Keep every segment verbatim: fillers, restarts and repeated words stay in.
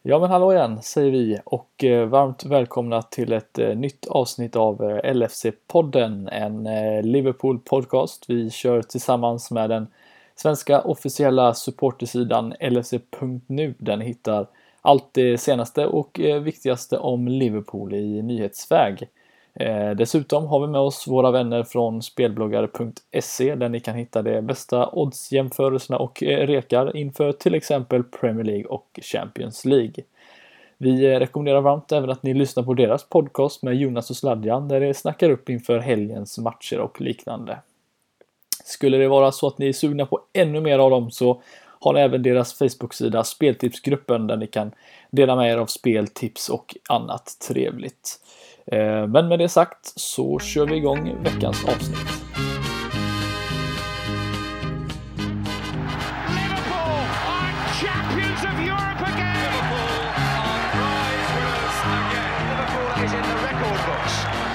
Ja men hallå igen säger vi och eh, varmt välkomna till ett eh, nytt avsnitt av eh, L F C-podden, en eh, Liverpool-podcast. Vi kör tillsammans med den svenska officiella supportersidan L F C punkt nu. Den hittar allt det senaste och eh, viktigaste om Liverpool i nyhetsväg. Eh, dessutom har vi med oss våra vänner från spelbloggare punkt se där ni kan hitta de bästa oddsjämförelserna och eh, rekar inför till exempel Premier League och Champions League. Vi eh, rekommenderar varmt även att ni lyssnar på deras podcast med Jonas och Sladjan där de snackar upp inför helgens matcher och liknande. Skulle det vara så att ni är sugna på ännu mer av dem så har ni även deras Facebook-sida Speltipsgruppen där ni kan dela med er av speltips och annat trevligt. Men med det sagt så kör vi igång veckans avsnitt. Liverpool are champions of Europe again. Liverpool are prize winners again. Liverpool is in the record books.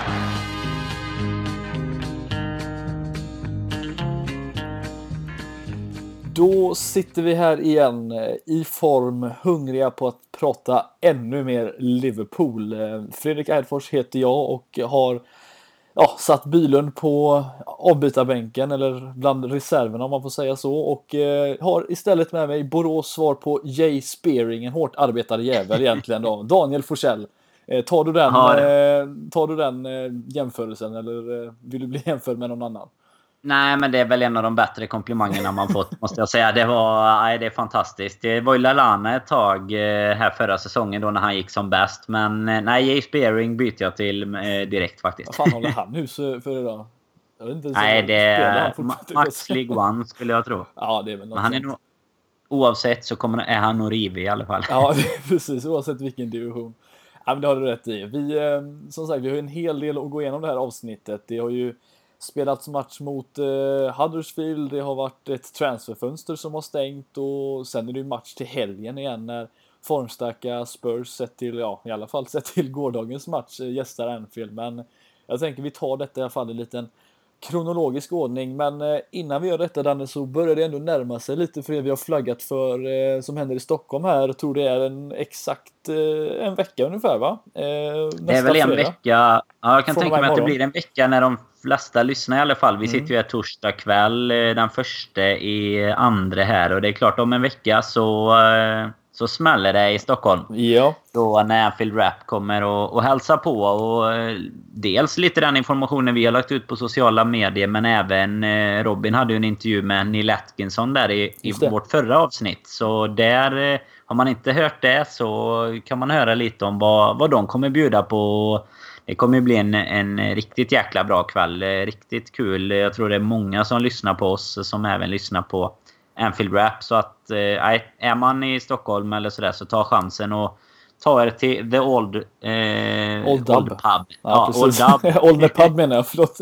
Då sitter vi här igen i form, hungriga på att prata ännu mer Liverpool. Fredrik Eidfors heter jag och har ja, satt Bylund på avbytarbänken eller bland reserverna om man får säga så. Och eh, har istället med mig Borås svar på Jay Spearing, en hårt arbetade jävel egentligen då. Daniel Forsell. Eh, tar du den, eh, tar du den eh, jämförelsen eller eh, vill du bli jämförd med någon annan? Nej, men det är väl en av de bättre komplimangerna man fått, måste jag säga. Det var, nej, det är fantastiskt. Det var ju Lallana ett tag eh, här förra säsongen då när han gick som bäst. Men eh, nej, Jay Spearing byter jag till eh, direkt faktiskt. Vad fan håller han hus för idag? Jag vet inte, nej, det är Max League One skulle jag tro. Ja, det är väl något. Men han är nog, oavsett så kommer, är han nog rivig i alla fall. Ja, precis. Oavsett vilken division. Ja, men det har du rätt i. Vi, eh, som sagt, vi har en hel del att gå igenom det här avsnittet. Det har ju spelats match mot eh, Huddersfield. Det har varit ett transferfönster som har stängt. Och sen är det ju match till helgen igen när formstarka Spurs sett till, ja, i alla fall sett till gårdagens match eh, gästar Anfield. Men jag tänker vi tar detta i alla fall i en liten kronologisk ordning, men eh, innan vi gör detta Danne, så börjar det ändå närma sig lite för det vi har flaggat för eh, som händer i Stockholm här. Jag tror det är en exakt eh, en vecka ungefär va? Eh, det är väl en fredag. vecka. Ja, jag kan Från tänka mig att det blir en vecka när de flesta lyssnar i alla fall. Vi mm. sitter ju här torsdag kväll, den första i andra här, och det är klart om en vecka så eh, så smäller det i Stockholm. Ja. Då när Anfield Rap kommer och, och hälsa på. Och eh, dels lite den informationen vi har lagt ut på sociala medier. Men även eh, Robin hade ju en intervju med Neil Atkinson där i, i vårt förra avsnitt. Så där eh, har man inte hört det så kan man höra lite om vad, vad de kommer bjuda på. Det kommer ju bli en, en riktigt jäkla bra kväll. Riktigt kul. Jag tror det är många som lyssnar på oss som även lyssnar på Anfield Rap, så att eh, är man i Stockholm eller sådär så ta chansen och ta er till The Old eh, Old, old Pub. Ja, ja Old Dub. Old Pub menar jag, förlåt.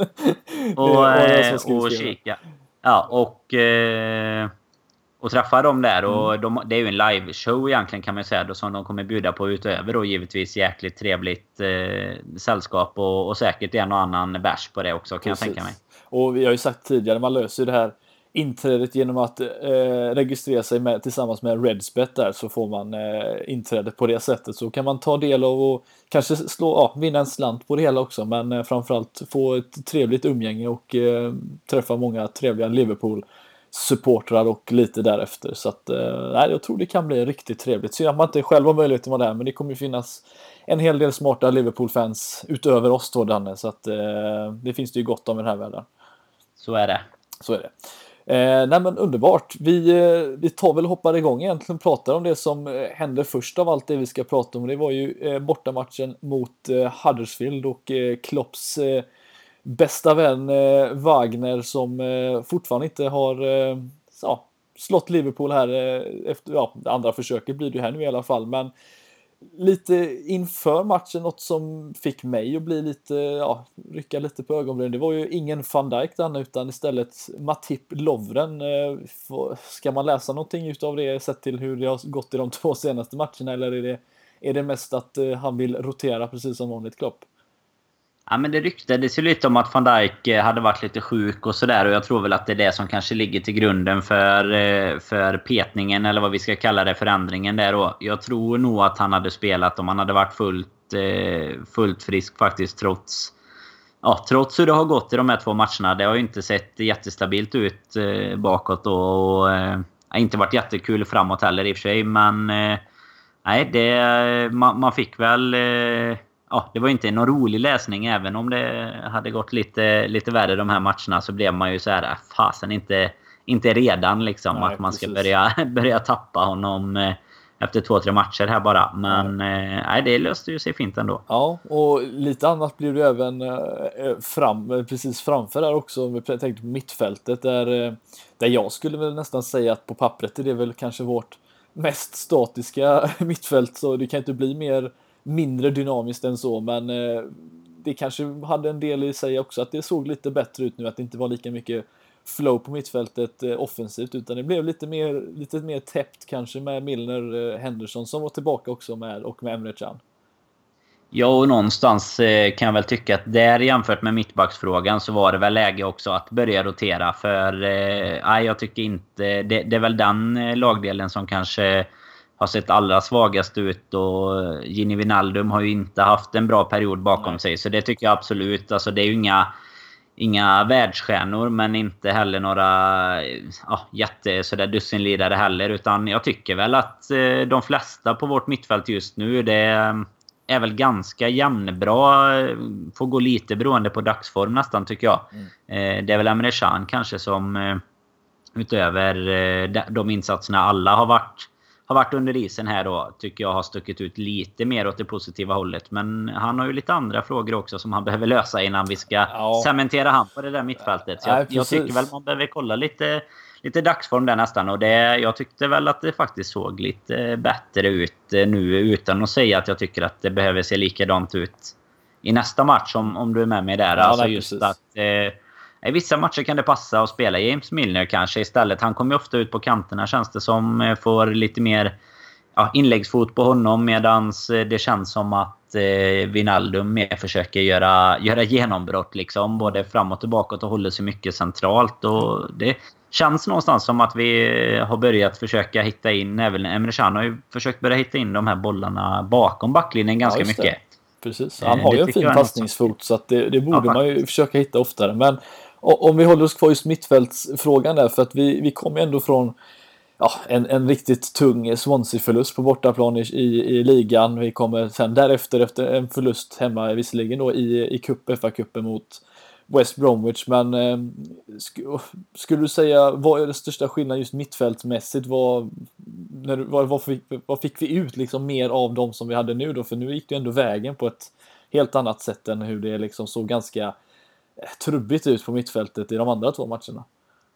och eh, och kika. Ja, och eh, och träffa dem där och mm. de, det är ju en live show egentligen kan man säga då, som de kommer bjuda på utöver och givetvis jäkligt trevligt eh, sällskap och, och säkert en och annan bärs på det också kan Precis. jag tänka mig. Och vi har ju sagt tidigare, man löser ju det här inträdet genom att eh, registrera sig med, tillsammans med Redsbet där, så får man eh, inträde på det sättet, så kan man ta del av och kanske slå, ja, vinna en slant på det hela också, men eh, framförallt få ett trevligt umgänge och eh, träffa många trevliga Liverpool supportrar och lite därefter, så att eh, nej, jag tror det kan bli riktigt trevligt. Så att man inte själv har möjlighet att vara där, men det kommer ju finnas en hel del smarta Liverpool-fans utöver oss då, Danne, så att eh, det finns det ju gott om i den här världen. Så är det. Så är det. Eh, nej men underbart. Vi, eh, vi tar väl och hoppar igång egentligen och pratar om det som eh, hände först av allt det vi ska prata om. Det var ju eh, bortamatchen mot eh, Huddersfield och eh, Klopps eh, bästa vän eh, Wagner som eh, fortfarande inte har eh, ja, slått Liverpool här eh, efter, ja, det andra försöket blir det här nu i alla fall, men lite inför matchen, något som fick mig att bli lite, ja, rycka lite på ögonbrynen. Det var ju ingen Van Dijk där, utan istället Matip Lovren. Ska man läsa någonting utav det sett till hur det har gått i de två senaste matcherna, eller är det, är det mest att han vill rotera precis som vanligt Klopp? Ja, men det ryktades ju lite om att Van Dijk hade varit lite sjuk och sådär. Och jag tror väl att det är det som kanske ligger till grunden för, för petningen, eller vad vi ska kalla det, förändringen där. Och jag tror nog att han hade spelat om han hade varit fullt, fullt frisk faktiskt, trots, ja, trots hur det har gått i de här två matcherna. Det har ju inte sett jättestabilt ut bakåt då, och har inte varit jättekul framåt heller i och för sig. Men nej, det, man, man fick väl... Ja, det var inte någon rolig läsning, även om det hade gått lite, lite värre de här matcherna, så blev man ju så här, fasen inte, inte redan liksom. Nej, att man ska börja, börja tappa honom efter två, tre matcher här bara. Men nej, nej det löste ju sig fint ändå. Ja, och lite annat blir det även fram, precis framför där också. Vi tänkte på mittfältet där, där jag skulle väl nästan säga att på pappret är det väl kanske vårt mest statiska mittfält, så det kan inte bli mer mindre dynamiskt än så, men eh, det kanske hade en del i sig också att det såg lite bättre ut nu, att det inte var lika mycket flow på mittfältet eh, offensivt, utan det blev lite mer, lite mer täppt kanske med Milner, eh, Henderson som var tillbaka också med, och med Emre Can. Ja, och någonstans eh, kan jag väl tycka att där jämfört med mittbacksfrågan så var det väl läge också att börja rotera, för eh, jag tycker inte, det, det är väl den eh, lagdelen som kanske har sett allra svagast ut, och Gini Wijnaldum har ju inte haft en bra period bakom Nej. sig, så det tycker jag absolut. Alltså det är ju inga, inga världsstjärnor, men inte heller några ja, jätte sådär dussinlidare heller, utan jag tycker väl att eh, de flesta på vårt mittfält just nu, det är väl ganska jämnbra, får gå lite beroende på dagsform nästan, tycker jag. Mm. Eh, det är väl Emre Can kanske som eh, utöver eh, de insatserna alla har varit har varit under isen här då, tycker jag har stuckit ut lite mer åt det positiva hållet. Men han har ju lite andra frågor också som han behöver lösa innan vi ska ja. cementera han på det där mittfältet. Så jag, Nej, jag tycker väl man behöver kolla lite, lite dagsform där nästan. Och det, jag tyckte väl att det faktiskt såg lite bättre ut nu, utan att säga att jag tycker att det behöver se likadant ut i nästa match, om, om du är med mig där. Ja, alltså nej, just precis. att... Eh, I vissa matcher kan det passa att spela James Milner kanske istället. Han kommer ju ofta ut på kanterna, känns det som, får lite mer ja, inläggsfot på honom, medan det känns som att eh, Wijnaldum mer försöker göra, göra genombrott liksom, både framåt och bakåt, och håller sig mycket centralt. Och det känns någonstans som att vi har börjat försöka hitta in, även Emre Can har ju försökt börja hitta in de här bollarna bakom backlinjen ganska ja, mycket. Precis, han har ju en fin passningsfot, så att det, det borde ja, man ju försöka hitta oftare. Men om vi håller oss kvar just mittfältsfrågan där, för att vi, vi kom ju ändå från ja, en, en riktigt tung Swansea-förlust på bortaplan i, i, i ligan. Vi kommer sen därefter efter en förlust hemma visserligen då i, i cup, F A-cupen mot West Bromwich. Men eh, sk, skulle du säga, vad är det största skillnaden just mittfältsmässigt? Vad, när, vad, vad, fick, vad fick vi ut liksom mer av dem som vi hade nu då? För nu gick det ändå vägen på ett helt annat sätt än hur det liksom såg ganska trubbigt ut på mittfältet i de andra två matcherna.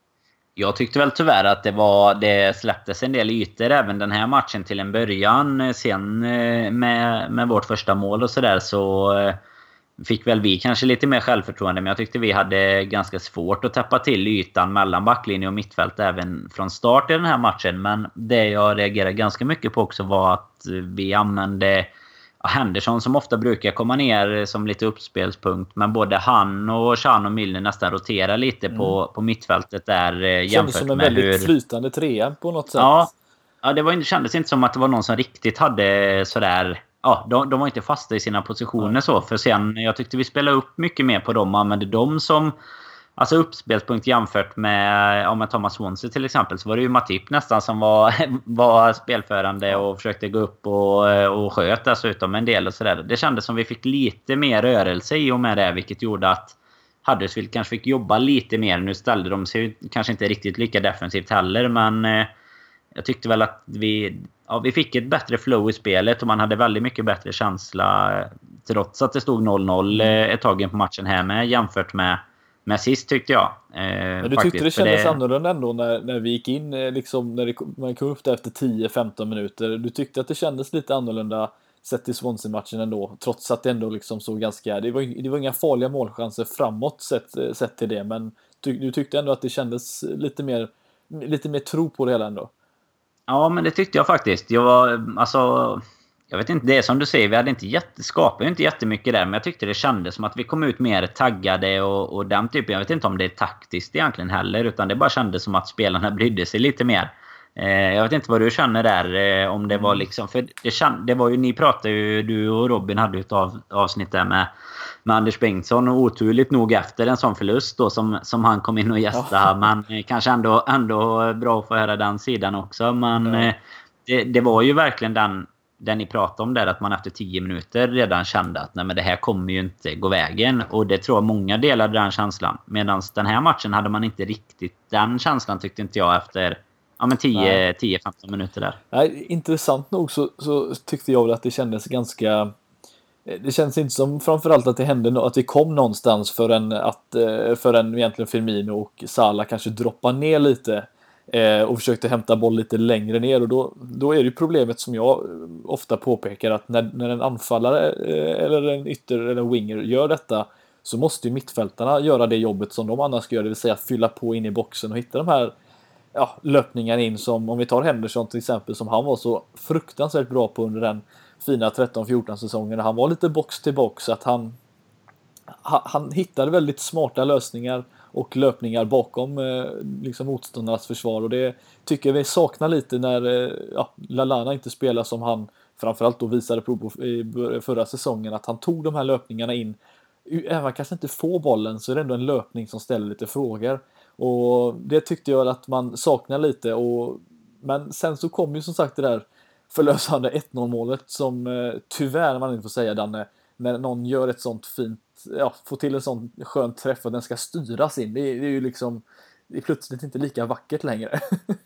Jag tyckte väl tyvärr att det var det släpptes en del ytor även den här matchen till en början. Sen med, med vårt första mål och sådär så fick väl vi kanske lite mer självförtroende, men jag tyckte vi hade ganska svårt att täppa till ytan mellan backlinje och mittfält även från start i den här matchen. Men det jag reagerade ganska mycket på också var att vi använde Henderson, som ofta brukar komma ner som lite uppspelspunkt, men både han och Can och Milner nästan roterar lite mm. på, på mittfältet där jämfört kändes som en med väldigt hur... flytande trea på något sätt. Ja, ja det, var, det kändes inte som att det var någon som riktigt hade sådär... Ja, de, de var inte fasta i sina positioner mm. så. För sen, jag tyckte vi spelade upp mycket mer på dem och använde dem som alltså uppspelspunkt jämfört med, om man tar Swansea till exempel, så var det ju Matip nästan som var, var spelförande och försökte gå upp och, och sköt dessutom en del och sådär. Det kändes som vi fick lite mer rörelse i och med det, vilket gjorde att Huddersfield kanske fick jobba lite mer. Nu ställde de sig kanske inte riktigt lika defensivt heller, men eh, jag tyckte väl att vi, ja, vi fick ett bättre flow i spelet och man hade väldigt mycket bättre känsla trots att det stod noll noll ett tag på matchen här med jämfört med Men sist tyckte jag. Eh, Men du tyckte det kändes det... annorlunda ändå när, när vi gick in, liksom, när det, man kom upp där efter tio femton minuter. Du tyckte att det kändes lite annorlunda sett till Swansea-matchen ändå, trots att det ändå liksom såg ganska... Det var, det var inga farliga målchanser framåt sett, sett till det, men du, du tyckte ändå att det kändes lite mer, lite mer tro på det hela ändå. Ja, men det tyckte jag faktiskt. Jag var, alltså... jag vet inte, det är som du säger, vi hade inte jätte, skapade ju inte jättemycket där, men jag tyckte det kändes som att vi kom ut mer taggade och, och den typen. Jag vet inte om det är taktiskt egentligen heller, utan det bara kändes som att spelarna brydde sig lite mer. Eh, jag vet inte vad du känner där, eh, om det var liksom, för det, känd, det var ju, ni pratade ju, du och Robin hade ju ett av, avsnitt där med, med Anders Bengtsson, och oturligt nog efter en sån förlust då som, som han kom in och gästade, ja. Men eh, kanske ändå, ändå bra att få höra den sidan också, men ja. eh, det, det var ju verkligen den den ni pratade om där, att man efter tio minuter redan kände att nej, men det här kommer ju inte gå vägen. Och det tror jag många delade den känslan. Medan den här matchen hade man inte riktigt den känslan, tyckte inte jag, efter ja, men tio till femton minuter där. Nej, intressant nog så, så tyckte jag väl att det kändes ganska... Det känns inte som framförallt att det hände att vi kom någonstans förrän, att, förrän egentligen Firmino och Salah kanske droppade ner lite och försökte hämta boll lite längre ner, och då, då är det ju problemet som jag ofta påpekar, att när, när en anfallare eller en ytter eller en winger gör detta, så måste ju mittfältarna göra det jobbet som de annars ska göra, det vill säga fylla på in i boxen och hitta de här ja, löpningar in, som om vi tar Henderson till exempel, som han var så fruktansvärt bra på under den fina tretton fjorton säsongen. Han var lite box till box, att han, han, han hittade väldigt smarta lösningar och löpningar bakom eh, liksom motståndarnas försvar, och det tycker vi saknar lite när eh, ja, Lallana inte spelar som han framförallt då visade prov på i förra säsongen, att han tog de här löpningarna in. Även man kanske inte får bollen, så är det ändå en löpning som ställer lite frågor, och det tyckte jag att man saknar lite. Och, men sen så kom ju som sagt det där förlösande ett noll målet som eh, tyvärr man inte får säga, Danne, när någon gör ett sånt fint, ja, får till en sån skön träff och den ska styras in. Det är, det är ju liksom, det är plötsligt inte lika vackert längre.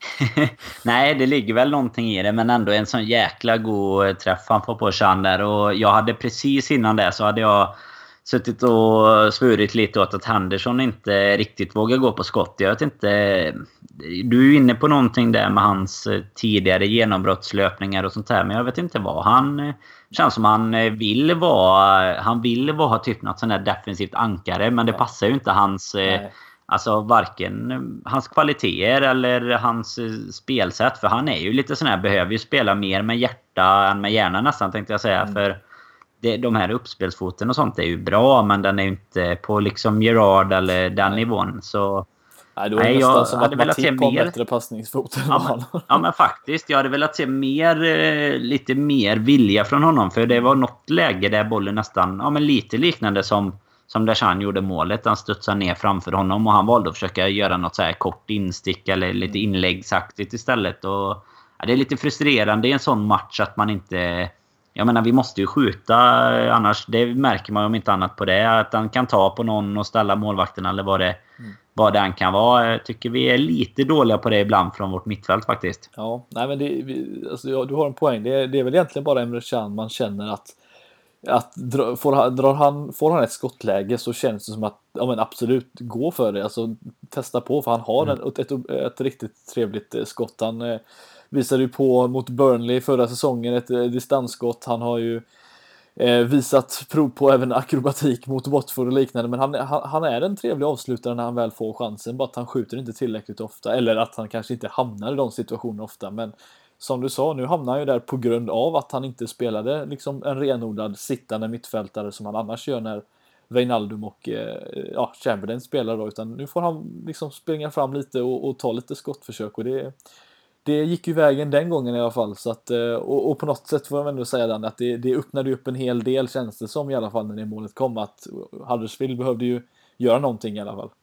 Nej, det ligger väl någonting i det, men ändå en sån jäkla god träff han får på Chan där. Och jag hade precis innan det så hade jag suttit och svurit lite åt att Henderson inte riktigt vågar gå på skott. Jag vet inte, du är ju inne på någonting där med hans tidigare genombrottslöpningar och sånt här, men jag vet inte vad han känns som. Han vill vara, han vill vara typ något sån där defensivt ankare, men det passar ju inte hans, Nej. alltså varken hans kvaliteter eller hans spelsätt, för han är ju lite sån här, behöver ju spela mer med hjärta än med hjärna nästan, tänkte jag säga, mm. för Det, de här uppspelsfoten och sånt är ju bra, men den är ju inte på liksom Gerard eller den Nej. nivån. Så Nej, då är det Nej, jag som hade velat se mer bättre passningsfot. Ja, men, ja, men faktiskt, jag hade velat se mer, lite mer vilja från honom, för det var något läge där bollen nästan, ja, men lite liknande som som där han gjorde målet. Han studsade ner framför honom och han valde att försöka göra något så här kort instick eller lite inläggsaktigt istället. Och ja, det är lite frustrerande i en sån match att man inte... Jag menar, vi måste ju skjuta, annars, det märker man om inte annat på det, att han kan ta på någon och ställa målvakten eller vad det, mm. vad det än kan vara. Jag tycker vi är lite dåliga på det ibland från vårt mittfält faktiskt. Ja, nej men det, vi, alltså, ja, du har en poäng. Det är, det är väl egentligen bara Emre Can man känner att, att dra, får, drar han, får han ett skottläge så känns det som att ja, men absolut gå för det. Alltså testa på, för han har mm. ett, ett, ett riktigt trevligt skott. Han visade ju på mot Burnley förra säsongen ett eh, distansskott. Han har ju eh, visat prov på även akrobatik mot Watford och liknande. Men han, han, han är en trevlig avslutare när han väl får chansen. Bara att han skjuter inte tillräckligt ofta. Eller att han kanske inte hamnar i de situationerna ofta. Men som du sa, nu hamnar han ju där på grund av att han inte spelade liksom en renodlad sittande mittfältare som han annars gör när Wijnaldum och eh, ja, Chamberlain spelar då. Utan nu får han liksom springa fram lite och, och ta lite skottförsök. Och det Det gick ju vägen den gången i alla fall. Så att, och, och på något sätt får jag ändå säga den, att det, det öppnade upp en hel del, känns det som i alla fall när det målet kom. Att Huddersfield behövde ju göra någonting i alla fall.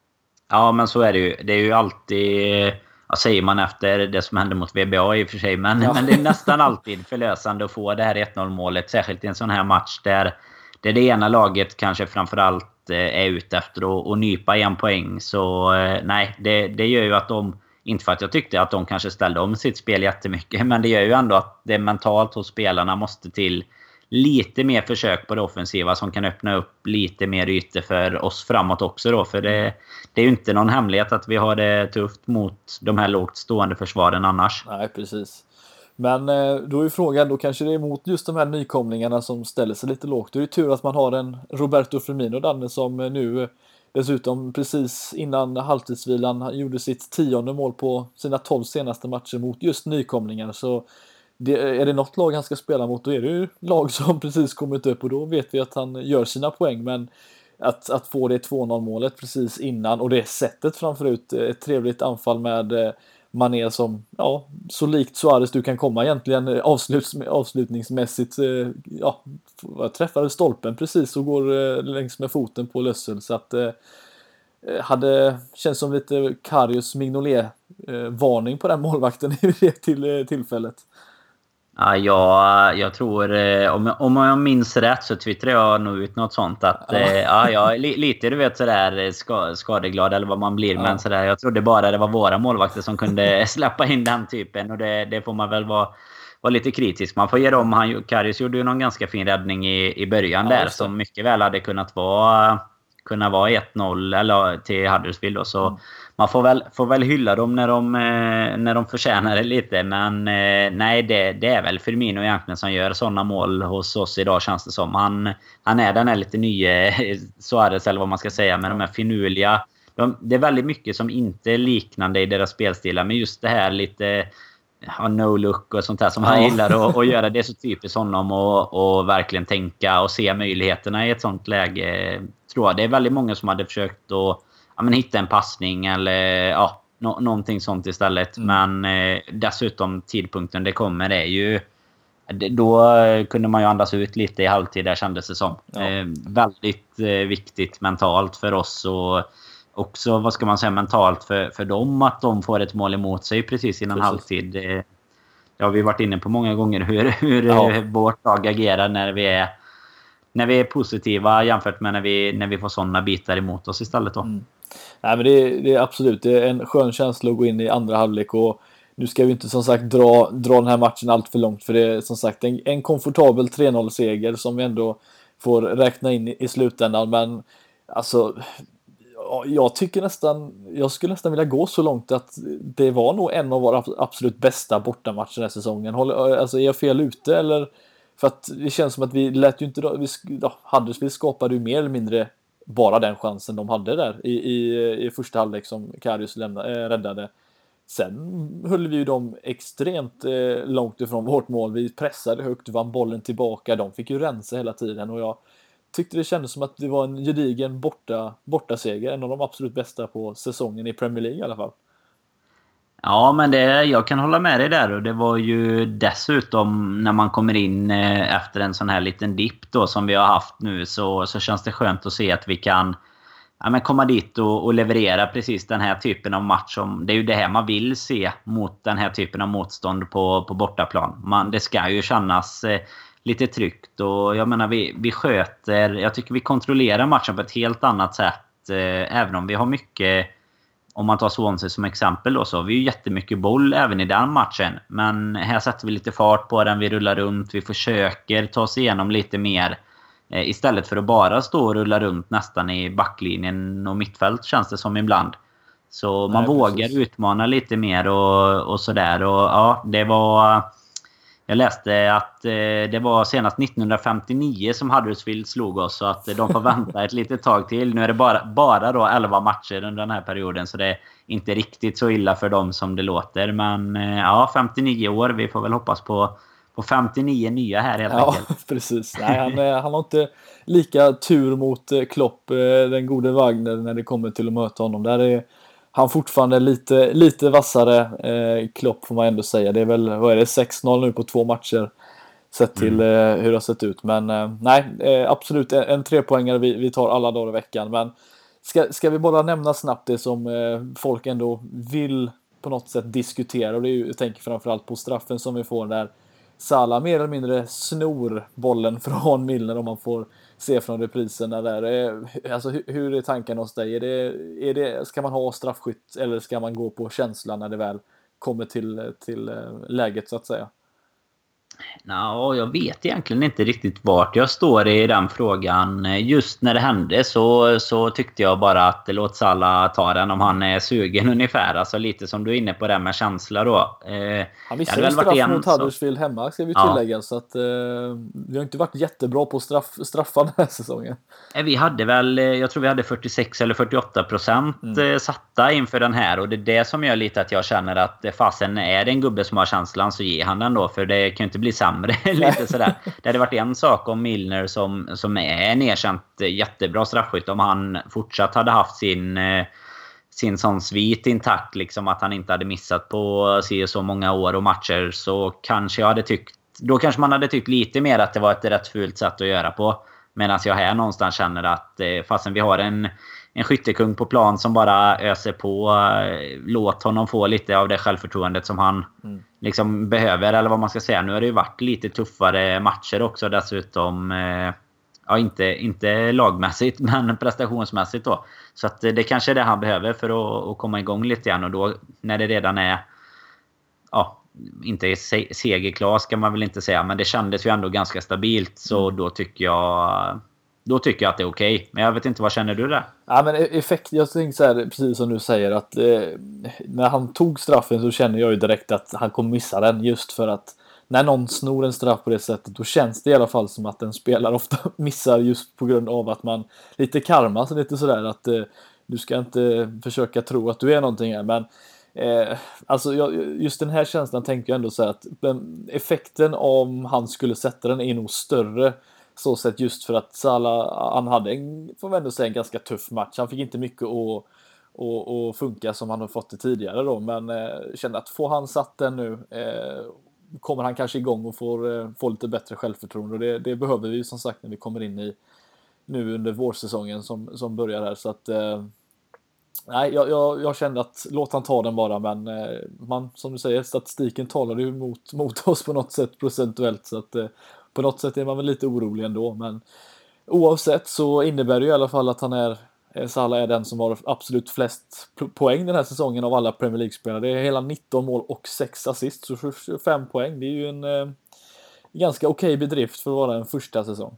Ja, men så är det ju. Det är ju alltid, ja, säger man efter det som hände mot V B A i och för sig. Men, ja. men det är nästan alltid förlösande att få det här ett noll målet. Särskilt i en sån här match där, där det ena laget kanske framförallt är ute efter att, att nypa en poäng. Så nej, det, det gör ju att de... Inte för att jag tyckte att de kanske ställde om sitt spel jättemycket, men det gör ju ändå att det mentalt hos spelarna måste till lite mer försök på det offensiva som kan öppna upp lite mer ytor för oss framåt också då. För det, det är ju inte någon hemlighet att vi har det tufft mot de här lågt stående försvaren annars. Nej, precis. Men då är frågan, då kanske det är emot just de här nykomlingarna som ställer sig lite lågt. Det är ju tur att man har en Roberto Firmino Danne som nu... Dessutom precis innan halvtidsvilan gjorde sitt tionde mål på sina tolv senaste matcher mot just nykomlingar. Så det, är det något lag han ska spela mot, då är det ju lag som precis kommit upp, och då vet vi att han gör sina poäng, men att, att få det två noll målet precis innan, och det sättet framförut, ett trevligt anfall med eh, Mané som, ja, så likt Suarez du kan komma egentligen, eh, avsluts, avslutningsmässigt, eh, ja, träffar stolpen precis och går eh, längs med foten på Lössel, så att eh, hade känns som lite Karius Mignolet eh, varning på den målvakten i det till, eh, tillfället. Ja, jag, jag tror, eh, om, om jag minns rätt så twittrar jag nog ut något sånt att ja, eh, ja jag li, lite du vet sådär ska, skadeglad eller vad man blir, ja. Men sådär, jag trodde bara det var våra målvakter som kunde släppa in den typen, och det, det får man väl vara, vara lite kritisk. Man får ge dem, han, Karius gjorde ju någon ganska fin räddning i, i början ja, där som mycket väl hade kunnat vara kunna vara ett noll eller till Huddersfield då, så mm. man får väl, får väl hylla dem när de, när de förtjänar det lite, men nej, det, det är väl Firmino egentligen som gör sådana mål hos oss idag, känns det som. Han, han är den här lite nya Suarez eller vad man ska säga, med de här finurliga, de, det är väldigt mycket som inte är liknande i deras spelstilar, men just det här lite ja, no look och sånt här som ja. han gillar att, att göra, det är så typiskt honom och, och verkligen tänka och se möjligheterna i ett sånt läge, tror jag. Det är väldigt många som hade försökt att ja, men hitta en passning eller ja, no- någonting sånt istället. Mm. Men eh, dessutom tidpunkten det kommer är ju, då kunde man ju andas ut lite i halvtid där, kändes det som. Ja. Eh, väldigt eh, viktigt mentalt för oss, och också, vad ska man säga, mentalt för, för dem att de får ett mål emot sig precis innan precis. halvtid. Eh, ja, vi har varit inne på många gånger hur, hur ja. vårt lag agerar när vi är när vi är positiva jämfört med när vi, när vi får sådana bitar emot oss istället då. Mm. Nej, men det är, det är absolut det är en skön känsla att gå in i andra halvlek, och nu ska vi inte som sagt dra, dra den här matchen allt för långt, för det är som sagt en, en komfortabel tre noll seger som vi ändå får räkna in i, i slutändan, men alltså jag tycker nästan, jag skulle nästan vilja gå så långt att det var nog en av våra absolut bästa bortamatcher den här säsongen. Håller, alltså är jag fel ute eller? För att det känns som att vi lät ju inte då, vi, då Huddersfield skapade ju mer eller mindre bara den chansen de hade där i, i, i första halvlek som Karius lämnade, äh, räddade. Sen höll vi ju dem extremt eh, långt ifrån vårt mål. Vi pressade högt, vann bollen tillbaka. De fick ju rensa hela tiden, och jag tyckte det kändes som att det var en gedigen borta, borta seger. En av de absolut bästa på säsongen i Premier League i alla fall. Ja, men det, jag kan hålla med dig där, och det var ju dessutom när man kommer in efter en sån här liten dipp då som vi har haft nu, så, så känns det skönt att se att vi kan ja, men komma dit och, och leverera precis den här typen av match. Som, det är ju det här man vill se mot den här typen av motstånd på, på bortaplan. Man, det ska ju kännas eh, lite tryggt, och jag menar vi, vi sköter, jag tycker vi kontrollerar matchen på ett helt annat sätt, eh, även om vi har mycket. Om man tar Swansea som exempel då, så har vi ju jättemycket boll även i den matchen. Men här sätter vi lite fart på den, vi rullar runt, vi försöker ta oss igenom lite mer. Eh, istället för att bara stå och rulla runt nästan i backlinjen och mittfält, känns det som ibland. Så man Nej, vågar precis. utmana lite mer och, och sådär. Och ja, det var... Jag läste att eh, det var senast nittonhundrafemtionio som Huddersfield slog oss, så att de får vänta ett litet tag till. Nu är det bara, bara då elva matcher under den här perioden, så det är inte riktigt så illa för dem som det låter. Men eh, ja, femtionio år, vi får väl hoppas på, på femtionio nya här helt ja, enkelt. Ja, precis. Nej, han, han har inte lika tur mot Klopp, den gode Wagner, när det kommer till att möta honom. Där är han fortfarande lite, lite vassare eh, Klopp, får man ändå säga. Det är väl, vad är det, sex noll nu på två matcher sett till mm. eh, hur det har sett ut. Men eh, nej, eh, absolut en, en trepoängare vi, vi tar alla dagar i veckan. Men ska, ska vi bara nämna snabbt det som eh, folk ändå vill på något sätt diskutera. Och det är ju, jag tänker framförallt på straffen som vi får där Salah mer eller mindre snor bollen från Milner, om man får se från repriserna där. Alltså, hur är tanken hos dig? Är det, är det, ska man ha straffskytt eller ska man gå på känslan när det väl kommer till, till läget så att säga? Nå, jag vet egentligen inte riktigt vart jag står i den frågan. Just när det hände så, så tyckte jag bara att låt Salah ta den om han är sugen ungefär. Alltså lite som du är inne på det med känsla då. Eh, han missade väl straff mot Huddersfield hemma, ska vi tillägga. Ja. Så att eh, vi har inte varit jättebra på straff, straffar den här säsongen. Vi hade väl, jag tror vi hade fyrtiosex eller fyrtioåtta procent mm. satta inför den här. Och det är det som gör lite att jag känner att fasen är det en gubbe som har känslan så ger han den då. För det kan ju inte bli sämre. Lite sådär. Det hade varit en sak om Milner som, som är en erkänt jättebra straffskytt, om han fortsatt hade haft sin sin sån svit intakt, liksom att han inte hade missat på sig så många år och matcher, så kanske jag hade tyckt då kanske man hade tyckt lite mer att det var ett rätt fult sätt att göra på. Medan jag här någonstans känner att eh, fastän vi har en en skyttekung på plan som bara öser på, låt honom få lite av det självförtroendet som han mm. liksom behöver, eller vad man ska säga. Nu har det ju varit lite tuffare matcher också dessutom, eh, ja inte, inte lagmässigt men prestationsmässigt då. Så att det kanske är det han behöver för att, att komma igång lite igen, och då när det redan är ja, inte är segerklar ska man väl inte säga, men det kändes ju ändå ganska stabilt, så mm. då tycker jag Då tycker jag att det är okej. Okay. Men jag vet inte, vad känner du där? Ja, men effekt, jag tänker så här, precis som du säger, att eh, när han tog straffen så känner jag ju direkt att han kommer missa den, just för att när någon snor en straff på det sättet, då känns det i alla fall som att en spelare ofta missar just på grund av att man lite karma, så lite sådär att eh, du ska inte försöka tro att du är någonting här, men eh, alltså jag, just den här känslan tänker jag ändå så här att effekten om han skulle sätta den är nog större, så sett just för att Salah, han hade en, får man ändå säga, en ganska tuff match. Han fick inte mycket att, att, att funka som han har fått det tidigare då, men eh, kände att får han satt den nu eh, kommer han kanske igång och får, eh, få lite bättre självförtroende, och det, det behöver vi som sagt när vi kommer in i nu under vårsäsongen som, som börjar här, så att eh, nej, jag, jag, jag kände att låt han ta den bara, men eh, man, som du säger, statistiken talar ju mot, mot oss på något sätt procentuellt, så att eh, på något sätt är man väl lite orolig ändå, men oavsett så innebär det ju i alla fall att han är, Salah är den som har absolut flest poäng den här säsongen av alla Premier League-spelare. Det är hela nitton mål och sex assist, så tjugofem poäng. Det är ju en eh, ganska okej bedrift för att vara en första säsong.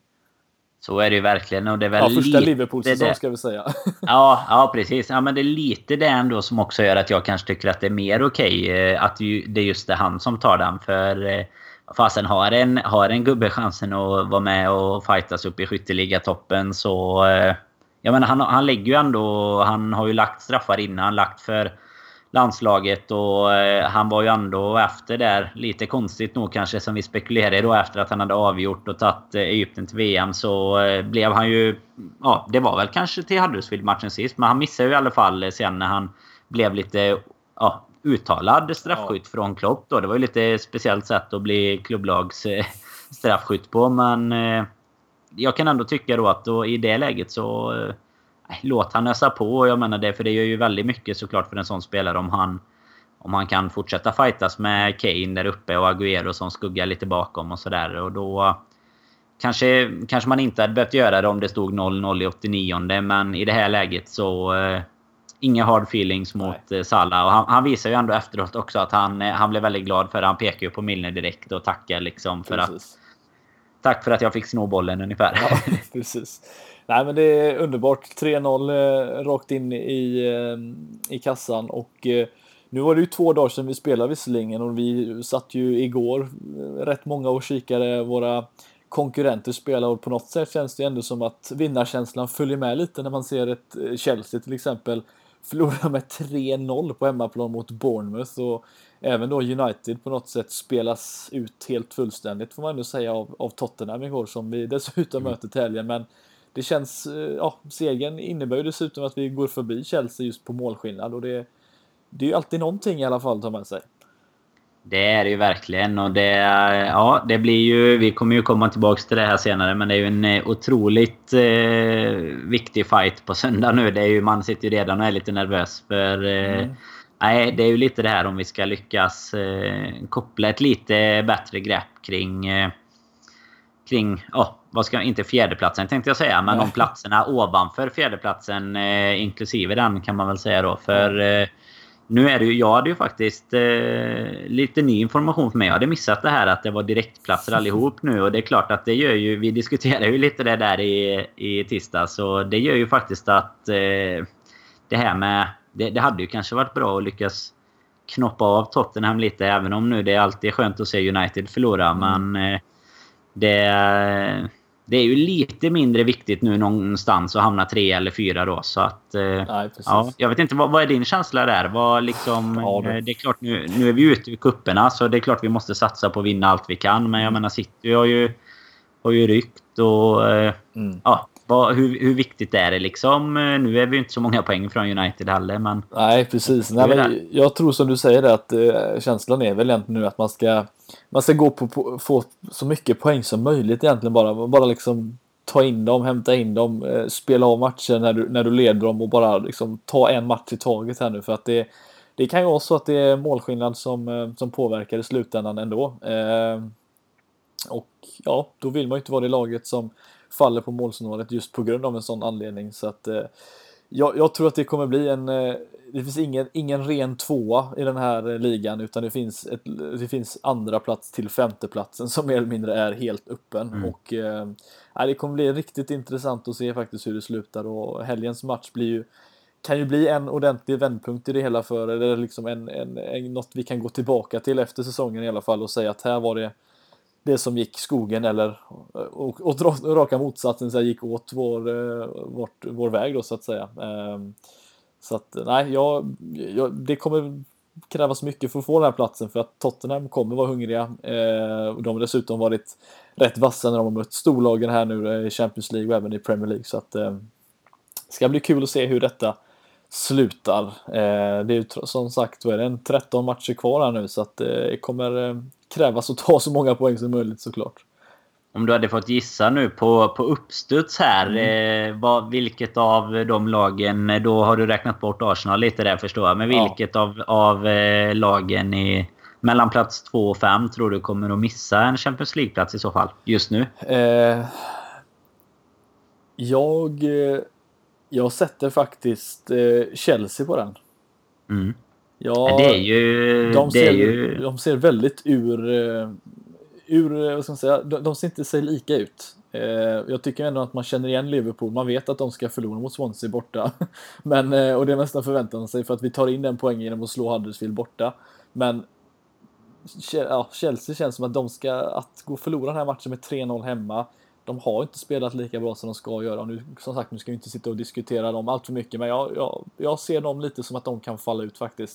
Så är det ju verkligen, och det är väl ja, första lite Liverpool-säsong det. Ska vi säga. Ja, ja, precis. Ja, men det är lite det ändå som också gör att jag kanske tycker att det är mer okej att det är just det han som tar den, för fasen har en, har en gubbe chansen att vara med och fightas upp i skytteliga-toppen, så jag menar, han, han lägger ju ändå, han har ju lagt straffar innan, lagt för landslaget, och han var ju ändå efter där, lite konstigt nog kanske som vi spekulerade då, efter att han hade avgjort och tagit Egypten till V M, så blev han ju, ja det var väl kanske till Huddersfield-matchen sist, men han missade ju i alla fall sen när han blev lite, ja, uttalad straffskytt ja. från Klopp då. Det var ju lite speciellt sätt att bli klubblags straffskytt på, men eh, jag kan ändå tycka då att då, i det läget så eh, låt han ösa på, jag menar det, för det gör ju väldigt mycket såklart för en sån spelare om han om han kan fortsätta fightas med Kane där uppe och Agüero som skuggar lite bakom och sådär, och då kanske, kanske man inte hade behövt göra det om det stod noll noll i åttionionde, men i det här läget så eh, inga hard feelings mot Nej. Salah. Och han, han visar ju ändå efteråt också att han, han blev väldigt glad, för han pekar ju på Milner direkt och tackar liksom för precis. att tack för att jag fick sno bollen ungefär. Ja, precis. Nej, men det är underbart. tre noll eh, rakt in i, eh, i kassan, och eh, nu var det ju två dagar sedan vi spelade visserligen, och vi satt ju igår rätt många och kikade våra konkurrenter spela, och på något sätt känns det ändå som att vinnarkänslan följer med lite när man ser ett Chelsea till exempel förlora med tre noll på hemmaplan mot Bournemouth, och även då United på något sätt spelas ut helt fullständigt, får man ändå säga, av, av Tottenham igår, som vi dessutom mm. möter till helgen. Men det känns, ja, segern innebär ju dessutom att vi går förbi Chelsea just på målskillnad, och det, det är ju alltid någonting i alla fall att ta med sig. Det är det ju verkligen, och det, ja, det blir ju, vi kommer ju komma tillbaka till det här senare, men det är ju en otroligt eh, viktig fight på söndag nu. Det är ju, man sitter ju redan och är lite nervös för eh, mm. nej, det är ju lite det här om vi ska lyckas eh, koppla ett lite bättre grepp kring eh, kring, ja, oh, vad ska, inte fjärdeplatsen tänkte jag säga, men de platserna ovanför fjärdeplatsen eh, inklusive den kan man väl säga då, för eh, nu är det ju, jag hade ju faktiskt eh, lite ny information för mig. Jag hade missat det här att det var direktplatser allihop nu. Och det är klart att det gör ju, vi diskuterar ju lite det där i, i tisdag. Så det gör ju faktiskt att eh, det här med, det, det hade ju kanske varit bra att lyckas knoppa av Tottenham lite. Även om nu det är alltid skönt att se United förlora. Mm. Men eh, det... Det är ju lite mindre viktigt nu någonstans att hamna tre eller fyra då. Så att, eh, Nej, ja, jag vet inte, vad, vad är din känsla där? Vad liksom, ja, det. det är klart, nu, nu är vi ute i kupperna så det är klart vi måste satsa på att vinna allt vi kan. Men jag menar, City har ju, har ju ryckt och eh, mm. ja, vad, hur, hur viktigt är det liksom? Nu är vi ju inte så många poäng från United heller. Men, Nej, precis. Nej, men jag tror som du säger att eh, känslan är väl egentligen nu att man ska Man ska gå på, på få så mycket poäng som möjligt egentligen bara. Bara liksom ta in dem, hämta in dem, eh, spela av matcher när du, när du leder dem och bara liksom ta en match i taget här nu. För att det, det kan ju vara så att det är målskillnad som, eh, som påverkar i slutändan ändå. Eh, och ja, då vill man ju inte vara det laget som faller på målsnåret just på grund av en sån anledning. Så att eh, jag, jag tror att det kommer bli en... Eh, Det finns ingen, ingen ren tvåa i den här ligan utan det finns, ett, det finns andra plats till femte platsen som mer eller mindre är helt öppen. Mm. Och eh, det kommer bli riktigt intressant att se faktiskt hur det slutar och helgens match blir ju, kan ju bli en ordentlig vändpunkt i det hela för eller liksom en, en, en, något vi kan gå tillbaka till efter säsongen i alla fall och säga att här var det det som gick skogen eller och, och, och raka motsatsen så gick åt vår, vår, vår väg då så att säga. Eh, Så att nej, jag, jag, det kommer krävas mycket för att få den här platsen för att Tottenham kommer vara hungriga. Eh, de har dessutom varit rätt vassa när de har mött storlagen här nu i Champions League och även i Premier League. Så att eh, det ska bli kul att se hur detta slutar. Eh, det är ju som sagt, då är det en tretton matcher kvar här nu så att eh, det kommer eh, krävas att ta så många poäng som möjligt såklart. Om du hade fått gissa nu på, på uppstuds här, mm. eh, vad, vilket av de lagen, då har du räknat bort Arsenal lite där förstår jag, men vilket ja. av, av eh, lagen i mellan plats två och fem tror du kommer att missa en Champions League-plats i så fall, just nu? Eh, jag, jag sätter faktiskt eh, Chelsea på den. Mm. Ja, det är ju... De ser, det är ju... de ser väldigt ur... Eh, ur, vad ska man säga, de, de ser inte sig lika ut. Eh, jag tycker ändå att man känner igen Liverpool. Man vet att de ska förlora mot Swansea borta. Men, eh, och det är nästan förväntan sig för att vi tar in den poängen genom att slå Huddersfield borta. Men ja, Chelsea känns som att de ska att gå och förlora den här matchen med tre noll hemma. De har inte spelat lika bra som de ska göra. Och nu, som sagt, nu ska vi inte sitta och diskutera dem allt för mycket. Men jag, jag, jag ser dem lite som att de kan falla ut faktiskt.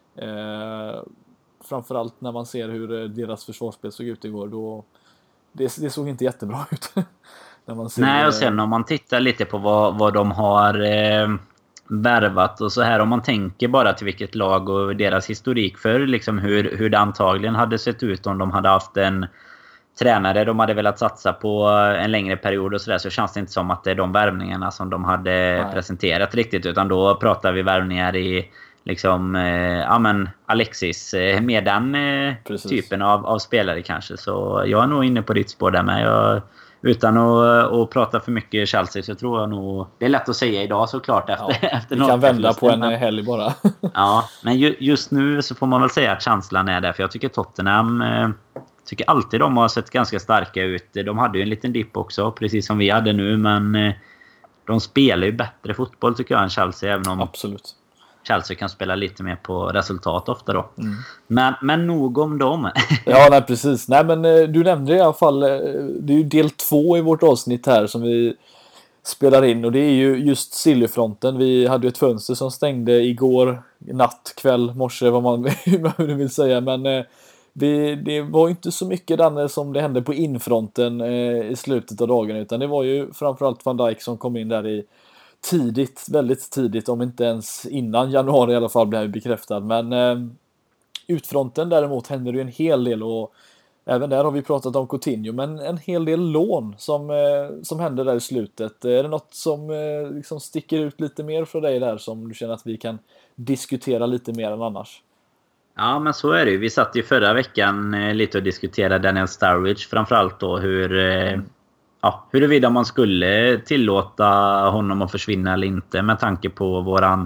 Eh, framförallt när man ser hur deras försvarsspel såg ut igår då det, det såg inte jättebra ut. när man ser, Nej, och sen om man tittar lite på vad, vad de har eh, värvat och så här, om man tänker bara till vilket lag och deras historik för liksom hur, hur det antagligen hade sett ut om de hade haft en tränare de hade velat satsa på en längre period och sådär, så känns det inte som att det är de värvningarna som de hade Nej. presenterat riktigt, utan då pratar vi värvningar i liksom, eh, ja men Alexis, eh, med den eh, typen av, av spelare kanske. Så jag är nog inne på ditt spår där med. Jag, utan att, att prata för mycket Chelsea så tror jag nog... Det är lätt att säga idag såklart efter, ja, efter vi kan vända på en helg bara. Ja, men ju, just nu så får man väl säga att känslan är där. För jag tycker Tottenham... Eh, tycker alltid de har sett ganska starka ut. De hade ju en liten dipp också, precis som vi hade nu. Men eh, de spelar ju bättre fotboll tycker jag än Chelsea. Även om... Absolut. Chelsea kan spela lite mer på resultat ofta då. Mm. Men, men nog om dem. Ja, nej, precis. Nej, men du nämnde i alla fall, det är ju del två i vårt avsnitt här som vi spelar in. Och det är ju just Sillyfronten. Vi hade ju ett fönster som stängde igår, natt, kväll, morse, vad man hur vill säga. Men det, det var inte så mycket där som det hände på infronten i slutet av dagen. Utan det var ju framförallt Van Dijk som kom in där i tidigt, väldigt tidigt, om inte ens innan januari i alla fall blev bekräftad. Men eh, utfronten däremot händer ju en hel del och även där har vi pratat om Coutinho, men en hel del lån som, eh, som händer där i slutet. Är det något som eh, liksom sticker ut lite mer för dig där som du känner att vi kan diskutera lite mer än annars? Ja, men så är det ju. Vi satt ju förra veckan eh, lite och diskuterade Daniel Sturridge framförallt då, hur... Eh, mm. Ja, huruvida man skulle tillåta honom att försvinna eller inte med tanke på våran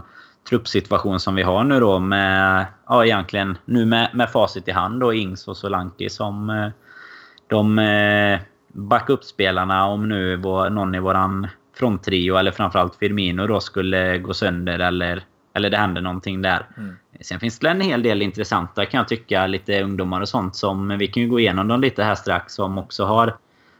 truppsituation som vi har nu då med, ja egentligen nu med, med facit i hand då, Ings och Solanke som eh, de eh, backup-spelarna, om nu vår, någon i våran fronttrio eller framförallt Firmino då skulle gå sönder eller, eller det händer någonting där. Mm. Sen finns det en hel del intressanta, kan jag tycka, lite ungdomar och sånt som vi kan ju gå igenom dem lite här strax, som också har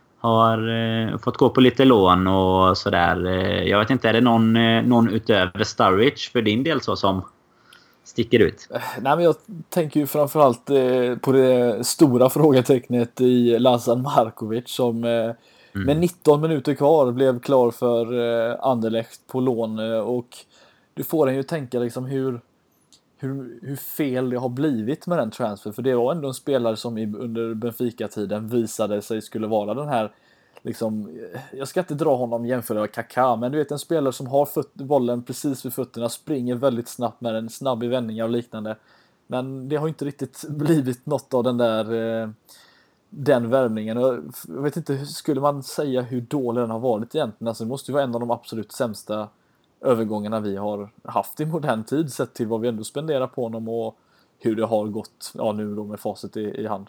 har eh, fått gå på lite lån och sådär. Eh, jag vet inte, är det någon, eh, någon utöver Sturridge för din del så som sticker ut? Nej, men jag tänker ju framförallt eh, på det stora frågetecknet i Lazar Markovic som eh, mm. med nitton minuter kvar blev klar för eh, Anderlecht på lån, eh, och du får en ju tänka liksom hur Hur, hur fel det har blivit med den transfer. För det var ändå en spelare som i, under Benfica-tiden visade sig skulle vara den här liksom, jag ska inte dra honom jämföra med Kaká, men du vet, en spelare som har föt- bollen precis vid fötterna, springer väldigt snabbt med en snabb i vändningar och liknande. Men det har inte riktigt blivit något av den där eh, den värvningen. Jag vet inte, skulle man säga hur dålig den har varit egentligen? Alltså, det måste ju vara en av de absolut sämsta övergångarna vi har haft i modern tid, sett till vad vi ändå spenderar på honom och hur det har gått, ja, nu då med facit i, i hand.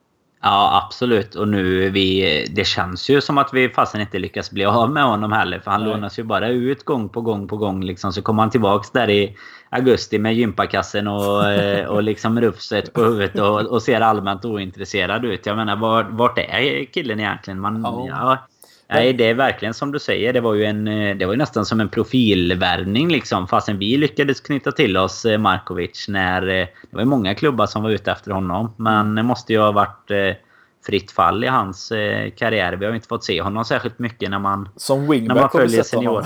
Ja, absolut. Och nu vi, det känns ju som att vi fastän inte lyckas bli av med honom heller. För han Nej. lånas ju bara ut gång på gång på gång. Liksom. Så kommer han tillbaks där i augusti med gympakassen och, och liksom rufset på huvudet och, och ser allmänt ointresserad ut. Jag menar, vart, vart är killen egentligen? Man, ja. Ja, nej, det är verkligen som du säger. Det var ju, en, det var ju nästan som en profilvärvning liksom. Fastän vi lyckades knyta till oss Markovic när det var många klubbar som var ute efter honom. Men det måste ju ha varit fritt fall i hans karriär. Vi har ju inte fått se honom särskilt mycket när man, som wingback när man följer seniorerna.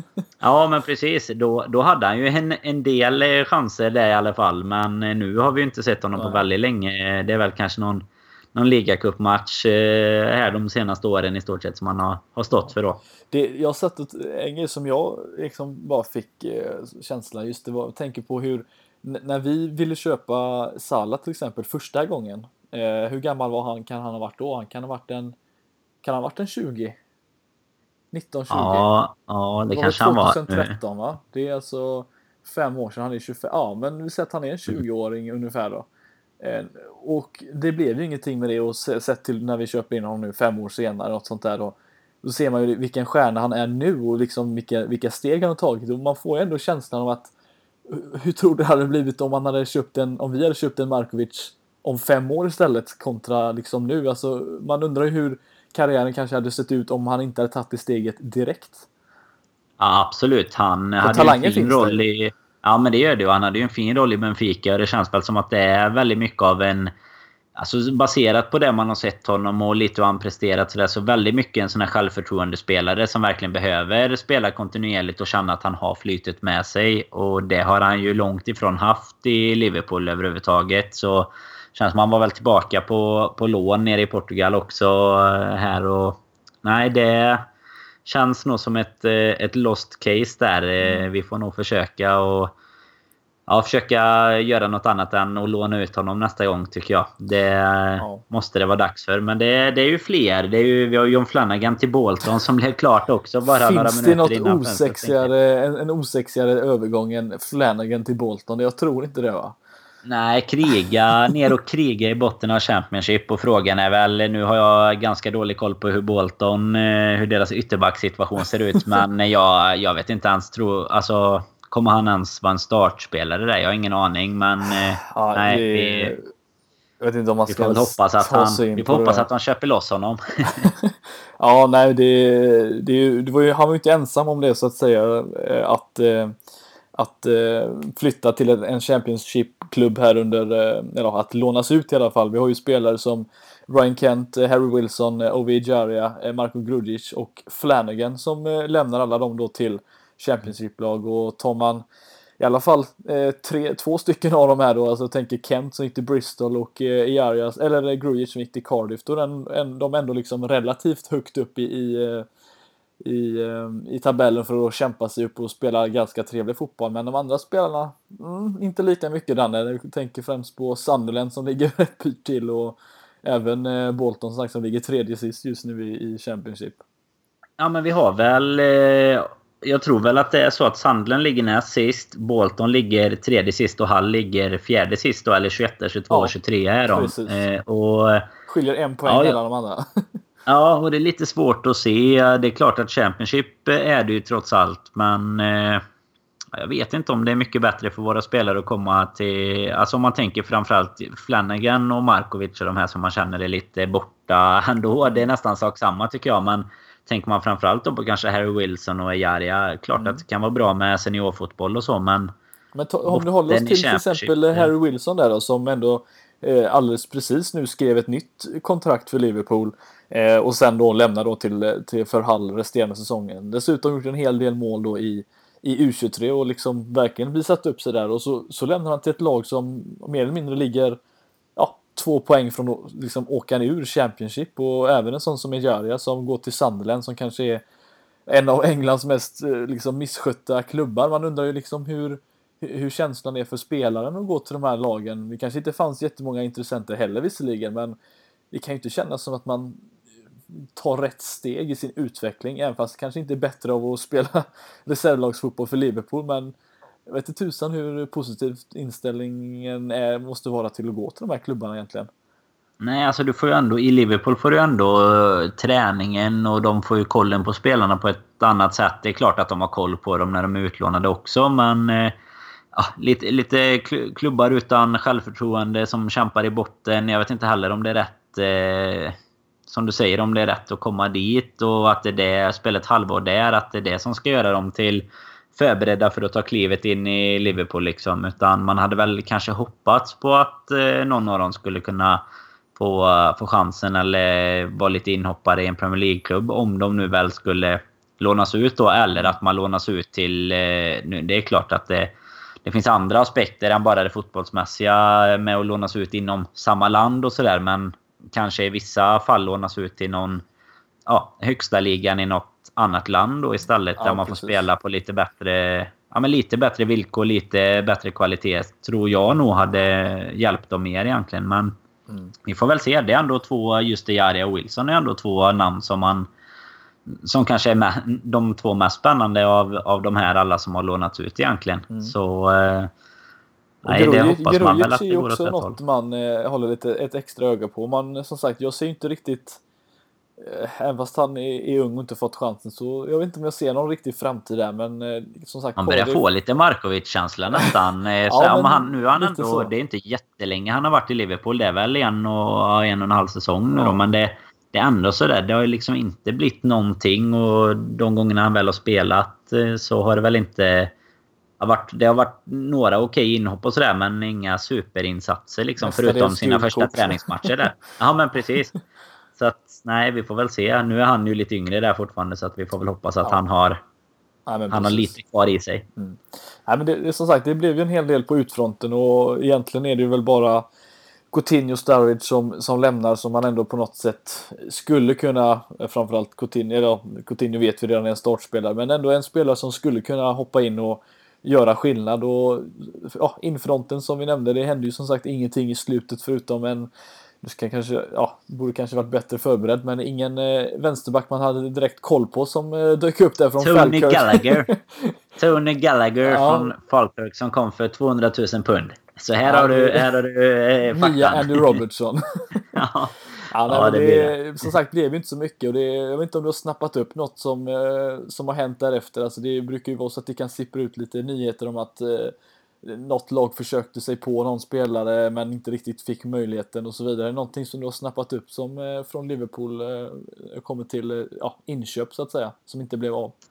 Ja, men precis. Då, då hade han ju en, en del chanser där i alla fall. Men nu har vi ju inte sett honom Nej. på väldigt länge. Det är väl kanske någon någon ligacupmatch eh, här de senaste åren i stort sett som man har, har stått för då. Det, jag har sett ett, en grej som jag liksom bara fick eh, känslan just det var, jag tänker på hur n- när vi ville köpa Salah till exempel första gången, eh, hur gammal var han, kan han ha varit då? Han kan ha varit en kan han ha varit en tjugo? nitton tjugo? Ja, ja det, det kanske han var. tjugohundratretton, va? Det är alltså fem år sedan, han är tjugofem. Ja, men vi säger att han är en tjugoåring mm. ungefär då. Och det blev ju ingenting med det, och sett till när vi köper in honom nu fem år senare och sånt där då, då ser man ju vilken stjärna han är nu och liksom vilka, vilka steg han har tagit, och man får ju ändå känslan av att hur tror du det hade blivit om man hade köpt en, om vi hade köpt en Markovic om fem år istället kontra liksom nu. Alltså man undrar ju hur karriären kanske hade sett ut om han inte hade tagit det steget direkt. Ja, absolut, han hade en fin roll i Ja, men det gör det. Han hade ju en fin roll i Benfica. Det känns väl som att det är väldigt mycket av en... Alltså baserat på det man har sett honom och lite vad han presterat så, där, så väldigt mycket en sån här självförtroende spelare som verkligen behöver spela kontinuerligt och känna att han har flytet med sig. Och det har han ju långt ifrån haft i Liverpool överhuvudtaget. Så känns som han var väl tillbaka på, på lån nere i Portugal också här. Och nej, det... känns nog som ett, ett lost case där. Mm. Vi får nog försöka och ja, försöka göra något annat än att låna ut honom nästa gång, tycker jag. Det ja. måste det vara dags för. Men det, det är ju fler. Det är ju, vi har John Flanagan till Bolton som blev klart också. Bara Finns några det något osexigare, en, en osexigare övergång än Flanagan till Bolton? Jag tror inte det, va? Nej, kriga ner och kriga i botten av Championship. Och frågan är väl, nu har jag ganska dålig koll på hur Bolton, hur deras ytterbacksituation ser ut. Men jag, jag vet inte ens, tro, alltså, kommer han ens vara en startspelare där? Jag har ingen aning, men ja, nej, det, vi, jag vet inte om man vi ska får hoppas att han, vi får hoppas att de köper loss honom. Ja, nej, det, det, det var ju, han var ju inte ensam om det, så att säga, att... att eh, flytta till en Championship-klubb här under, eh, eller att lånas ut i alla fall. Vi har ju spelare som Ryan Kent, eh, Harry Wilson, eh, Ovi Ejaria, eh, Marko Grujic och Flanagan som eh, lämnar alla dem då till Championship-lag. Och tar man i alla fall eh, tre, två stycken av dem här då, alltså jag tänker Kent som gick till Bristol och eh, Ejaria, eller Grujic som gick till Cardiff, då är den, en, de ändå liksom relativt högt upp i, i eh, I, i tabellen för att kämpa sig upp och spela ganska trevlig fotboll. Men de andra spelarna, mm, inte lika mycket där. Jag tänker främst på Sunderland som ligger rätt pyrt till, och även eh, Bolton som, som ligger tredje sist just nu i, i Championship. Ja, men vi har väl eh, jag tror väl att det är så att Sunderland ligger näst sist, Bolton ligger tredje sist och Hull ligger fjärde sist då, eller tjugoett, tjugotvå, Ja, tjugotre är de. Eh, och skiljer en poäng ja, mellan de andra. Ja, och det är lite svårt att se. Det är klart att Championship är det ju trots allt, men eh, jag vet inte om det är mycket bättre för våra spelare att komma till... Alltså om man tänker framförallt Flanagan och Markovic och de här som man känner är lite borta ändå. Det är nästan sak samma tycker jag, men tänker man framförallt då på kanske Harry Wilson och Ejaria. Klart mm. att det kan vara bra med seniorfotboll och så, men... Men ta, om du håller oss till till exempel Harry Wilson där då, som ändå eh, alldeles precis nu skrev ett nytt kontrakt för Liverpool eh, och sen då lämnar då till, till för Hull resterande säsongen. Dessutom gjort en hel del mål då i, i U tjugotre och liksom verkligen visat upp sig där, och så, så lämnar han till ett lag som mer eller mindre ligger ja, två poäng från att liksom åka ur Championship, och även en sån som Ejaria som går till Sunderland som kanske är en av Englands mest liksom misskötta klubbar. Man undrar ju liksom hur hur känslan är för spelaren att gå till de här lagen. Det kanske inte fanns jättemånga intressenter heller visserligen, men det kan ju inte kännas som att man tar rätt steg i sin utveckling, även fast det kanske inte är bättre av att spela reservlagsfotboll för Liverpool, men jag vet inte tusan hur positivt inställningen är, måste vara till att gå till de här klubbarna egentligen. Nej, alltså du får ju ändå, i Liverpool får du ändå uh, träningen, och de får ju kollen på spelarna på ett annat sätt. Det är klart att de har koll på dem när de är utlånade också, men uh, ja, lite, lite klubbar utan självförtroende som kämpar i botten. Jag vet inte heller om det är rätt, uh, som du säger, om det är rätt att komma dit, och att det är det, spelet halvår där, att det är det som ska göra dem till förberedda för att ta klivet in i Liverpool liksom. Utan man hade väl kanske hoppats på att uh, någon av dem skulle kunna Få, få chansen eller vara lite inhoppare i en Premier League-klubb om de nu väl skulle lånas ut då, eller att man lånas ut till nu, det är klart att det, det finns andra aspekter än bara det fotbollsmässiga med att lånas ut inom samma land och sådär, men kanske i vissa fall lånas ut till någon ja, högsta ligan i något annat land då istället, ja, där man precis. Får spela på lite bättre ja, men lite bättre villkor, lite bättre kvalitet, tror jag nog hade hjälpt dem mer egentligen, men Mm. vi får väl se. Det är ändå två, just Ejaria och Wilson är ändå två namn som man som kanske är med, de två mest spännande av, av de här alla som har lånats ut egentligen. Mm. Så eh, nej, det hoppas man väl att det går åt rätt håll. Något man eh, håller lite ett extra öga på. Man, som sagt, jag ser inte riktigt eh, även fast han är, är ung och inte fått chansen, så jag vet inte om jag ser någon riktig framtid där, men eh, som sagt, man börjar det... få lite Markovic-känsla nästan. ja, så, ja, han, nu han ändå, så. Det är inte jättelänge han har varit i Liverpool, det är väl en och en och en halv säsong nu ja. då, men det, det är ändå så där, det har ju liksom inte blivit någonting, och de gångerna han väl har spelat så har det väl inte har varit, det har varit några okej inhopp och sådär, men inga superinsatser liksom, nästa förutom sina första träningsmatcher där. Ja, men precis. Så att, nej, vi får väl se. Nu är han ju lite yngre där fortfarande, så att vi får väl hoppas att ja. han har ja, han har lite kvar i sig. Mm. Nej, men det, det, som sagt, det blev ju en hel del på utfronten, och egentligen är det ju väl bara Coutinho och Sturridge som, som lämnar, som man ändå på något sätt skulle kunna, framförallt Coutinho, eller Coutinho vet vi redan är en startspelare, men ändå en spelare som skulle kunna hoppa in och göra skillnad. Och ja, infronten som vi nämnde, det hände ju som sagt ingenting i slutet förutom en du ska kanske, ja, borde kanske varit bättre förberedd, men ingen eh, vänsterback man hade direkt koll på som eh, dök upp där från Tony Falkirk. Gallagher. Tony Gallagher ja. från Falkirk som kom för tvåhundratusen pund. Så här ja, har du, här har du eh, faktan. Nya Andy Robertson. ja, ja, nej, ja det, det, det som sagt blev ju inte så mycket, och det, jag vet inte om du har snappat upp något som, eh, som har hänt därefter. Alltså det brukar ju vara så att det kan sippra ut lite nyheter om att eh, något lag försökte sig på någon spelare men inte riktigt fick möjligheten och så vidare. Någonting som du har snappat upp som eh, från Liverpool eh, kommer till eh, ja, inköp så att säga, som inte blev av?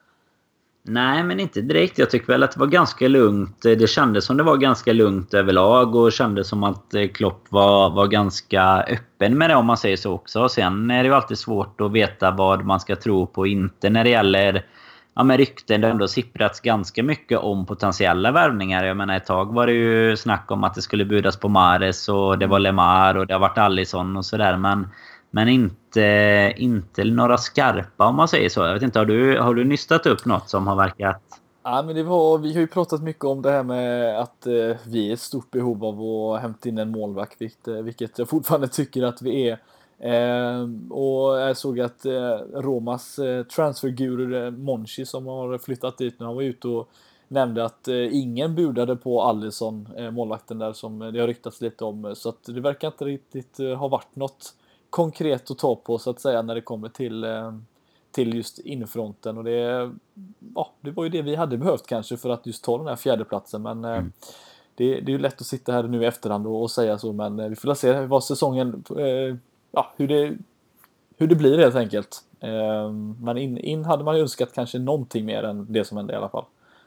Nej, men inte direkt. Jag tycker väl att det var ganska lugnt. Det kändes som det var ganska lugnt överlag, och kändes som att Klopp var, var ganska öppen med det, om man säger så också. Sen är det ju alltid svårt att veta vad man ska tro på och inte när det gäller ja, men rykten. Det har ändå sipprats ganska mycket om potentiella värvningar. Jag menar, ett tag var det ju snack om att det skulle budas på Mahrez, och det var Lemar och det har varit Alisson och sådär. Men, men inte, inte några skarpa, om man säger så. Jag vet inte, har du, har du nystat upp något som har verkat? Ja, men det var, vi har ju pratat mycket om det här med att eh, vi är ett stort behov av att hämta in en målvakt, vilket, vilket jag fortfarande tycker att vi är. Eh, och jag såg att eh, Romas eh, transferguru eh, Monchi som har flyttat dit nu, han var ute och nämnde att eh, ingen budade på Alisson, eh, målvakten där som det har ryktats lite om, så att det verkar inte riktigt eh, ha varit något konkret att ta på så att säga när det kommer till eh, till just infronten, och det, ja, det var ju det vi hade behövt kanske för att just ta den här fjärdeplatsen, men eh, Mm. det, det är ju lätt att sitta här nu i efterhand och, och säga så, men eh, vi får se vad säsongen eh, ja, hur det hur det blir helt enkelt. Eh, men in, in hade man ju önskat kanske någonting mer än det som hände i alla fall.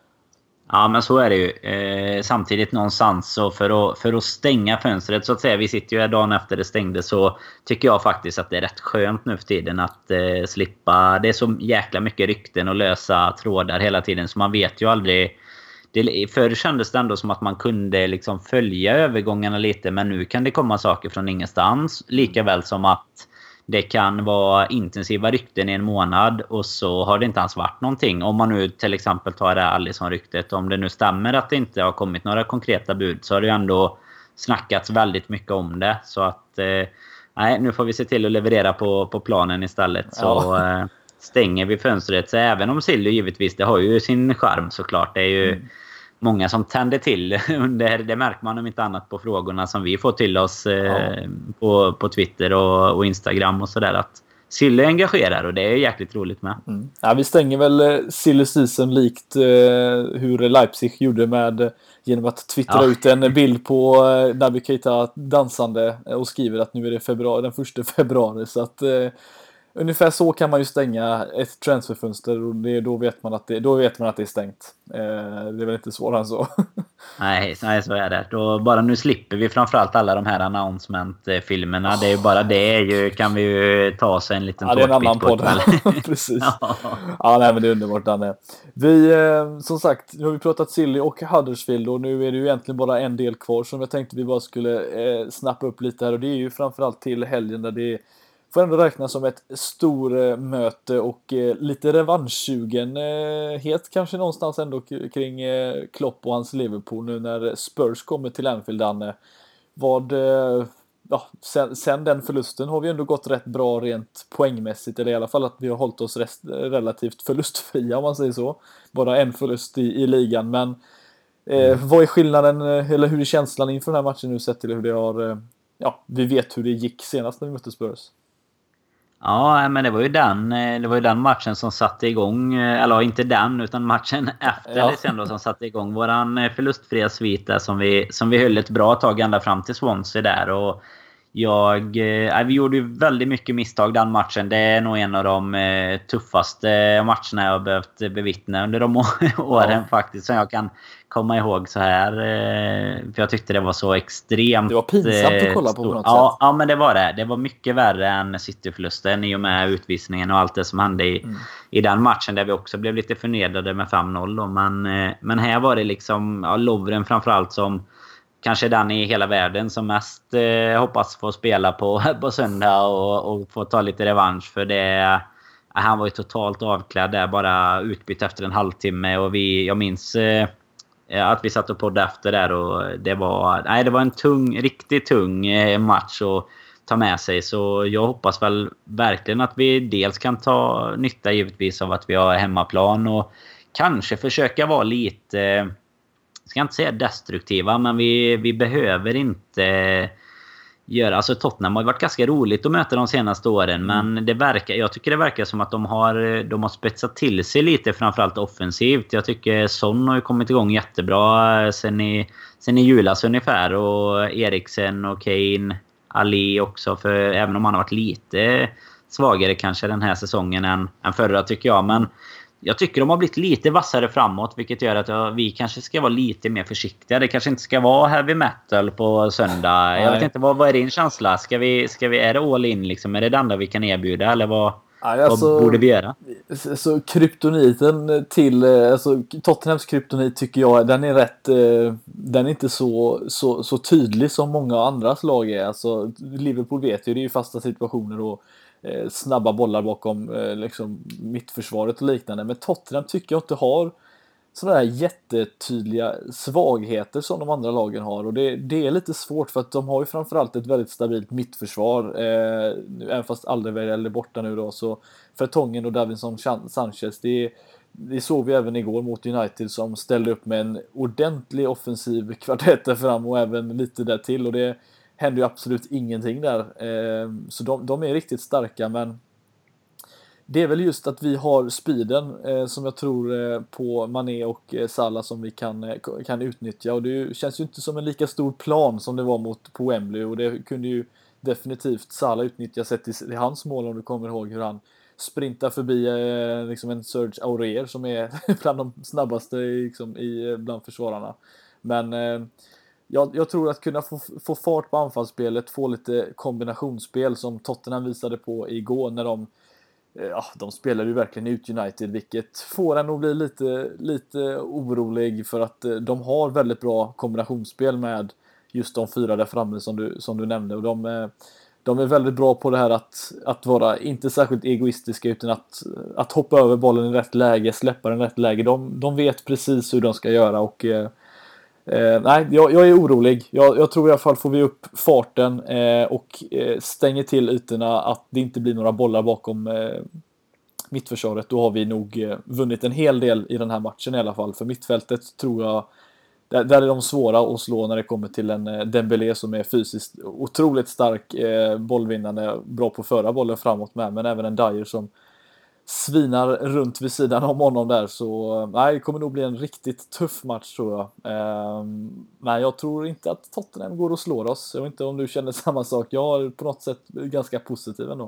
Ja, men så är det ju. Eh, samtidigt någonstans så för att, för att stänga fönstret så att säga. Vi sitter ju här dagen efter det stängde, så tycker jag faktiskt att det är rätt skönt nu för tiden att eh, slippa. Det är så jäkla mycket rykten och lösa trådar hela tiden, så man vet ju aldrig. Det, förr kändes det ändå som att man kunde liksom följa övergångarna lite, men nu kan det komma saker från ingenstans. Lika väl som att det kan vara intensiva rykten i en månad och så har det inte ens varit någonting. Om man nu till exempel tar det här Alisson-ryktet. Om det nu stämmer att det inte har kommit några konkreta bud, så har det ju ändå snackats väldigt mycket om det. Så att eh, nej, nu får vi se till att leverera på, på planen istället. Så ja. eh, stänger vi fönstret. Så även om Silly givetvis, det har ju sin charm såklart. Det är ju mm. många som tänder till under, det märker man om inte annat på frågorna som vi får till oss eh, ja. på, på Twitter och, och Instagram och sådär, att Silly engagerar, och det är jäkligt roligt med. Mm. Ja, vi stänger väl eh, Silly season likt eh, hur Leipzig gjorde med genom att twittra ja. ut en bild på eh, Naby Keita dansande och skriver att nu är det februari, den första februari, så att eh, ungefär så kan man ju stänga ett transferfönster, och det, då, vet man att det, då vet man att det är stängt. Eh, det är väl inte svårare än så. nej, nej, så är det. Då, bara nu slipper vi framförallt alla de här announcement-filmerna. Det är ju bara det ju, kan vi ju ta oss en liten ja, det är en annan podd. Precis. ja, ja nej, men det är underbart, Danne. Vi, eh, som sagt, nu har vi pratat Silly och Huddersfield, och nu är det ju egentligen bara en del kvar som jag tänkte vi bara skulle eh, snappa upp lite här, och det är ju framförallt till helgen där det är får ändå räknas som ett stor möte och eh, lite revanschsugenhet kanske någonstans ändå kring eh, Klopp och hans Liverpool nu när Spurs kommer till Anfield, Danne. Vad, eh, ja, sen, sen den förlusten har vi ändå gått rätt bra rent poängmässigt, eller i alla fall att vi har hållit oss rest, relativt förlustfria om man säger så. Bara en förlust i, i ligan, men eh, vad är skillnaden, eller hur är känslan inför den här matchen nu sett till hur det har, eh, ja, vi vet hur det gick senast när vi mötte Spurs. Ja, men det var ju den det var ju den matchen som satte igång, eller inte den utan matchen efter ja. sen då, som satte igång våran förlustfria svit där, som vi som vi höll ett bra tag ända fram till Swansea där, och jag äh, vi gjorde ju väldigt mycket misstag den matchen. Det är nog en av de äh, tuffaste matcherna jag har behövt bevittna under de åren ja. faktiskt, som jag kan komma ihåg så här, för jag tyckte det var så extremt. Det var pinsamt att kolla på på något ja, sätt. Ja, men det var det. Det var mycket värre än City-förlusten i och med utvisningen och allt det som hände i, mm. i den matchen, där vi också blev lite förnedrade med fem noll då. Men, men här var det liksom ja, Lovren framförallt som kanske den i hela världen som mest eh, hoppas få spela på, på söndag och, och få ta lite revansch för det. Han var ju totalt avklädd där, bara utbytt efter en halvtimme, och vi, jag minns eh, att vi satt och poddade efter där, och det var, nej, det var en tung, riktigt tung match att ta med sig. Så jag hoppas väl verkligen att vi dels kan ta nytta givetvis av att vi har hemmaplan, och kanske försöka vara lite, jag ska inte säga destruktiva, men vi, vi behöver inte göra, alltså Tottenham har varit ganska roligt att möta de senaste åren, men det verkar, jag tycker det verkar som att de har, de har spetsat till sig lite, framförallt offensivt. Jag tycker Son har ju kommit igång jättebra sen i, sen i julas ungefär, och Eriksen och Kane, Ali också, för även om han har varit lite svagare kanske den här säsongen än, än förra tycker jag, men jag tycker de har blivit lite vassare framåt, vilket gör att ja, vi kanske ska vara lite mer försiktiga. Det kanske inte ska vara heavy metal på söndag. Nej. Jag vet inte, vad, vad är din känsla? Ska vi, ska vi, är det all in liksom? Är det det enda vi kan erbjuda? Eller vad, Nej, alltså, vad borde vi göra? Så kryptoniten till, alltså Tottenhams kryptonit tycker jag, den är rätt, den är inte så, så, så tydlig som många andras lag är. Alltså Liverpool vet ju, det är ju fasta situationer och snabba bollar bakom liksom mittförsvaret och liknande, men Tottenham tycker jag inte har sådana här jättetydliga svagheter som de andra lagen har, och det, det är lite svårt för att de har ju framförallt ett väldigt stabilt mittförsvar, eh, även fast Alderweireld är borta nu då, så Vertonghen och Davinson Sanchez, det, det såg vi även igår mot United som ställde upp med en ordentlig offensiv kvartett där fram och även lite där till, och det hände ju absolut ingenting där, eh, så de, de är riktigt starka, men det är väl just att vi har speeden eh, som jag tror eh, på Mané och eh, Salah som vi kan, eh, kan utnyttja, och det känns ju inte som en lika stor plan som det var mot på Wembley, och det kunde ju definitivt Salah utnyttja sett i, i hans mål, om du kommer ihåg hur han sprintar förbi eh, liksom en Serge Aurier som är bland de snabbaste liksom, i, bland försvararna. Men eh, jag, jag tror att kunna få, få fart på anfallsspelet, få lite kombinationsspel som Tottenham visade på igår när de Ja, de spelar ju verkligen ut United, vilket får en att bli lite, lite orolig, för att de har väldigt bra kombinationsspel med just de fyra där framme som du, som du nämnde, och de är, de är väldigt bra på det här att, att vara inte särskilt egoistiska, utan att, att hoppa över bollen i rätt läge, släppa den i rätt läge. De, de vet precis hur de ska göra, och Eh, nej, jag, jag är orolig. Jag, jag tror i alla fall får vi upp farten eh, och eh, stänger till ytorna, att det inte blir några bollar bakom eh, mittförsvaret. Då har vi nog eh, vunnit en hel del i den här matchen i alla fall. För mittfältet tror jag, där, där är de svåra att slå när det kommer till en eh, Dembélé som är fysiskt otroligt stark, eh, bollvinnande, bra på att föra bollen framåt med, men även en Dyer som svinar runt vid sidan om honom där, så nej, det kommer nog bli en riktigt tuff match tror jag. Ehm, men jag tror inte att Tottenham går och slår oss. Jag vet inte om du känner samma sak. Jag är på något sätt ganska positiv ändå.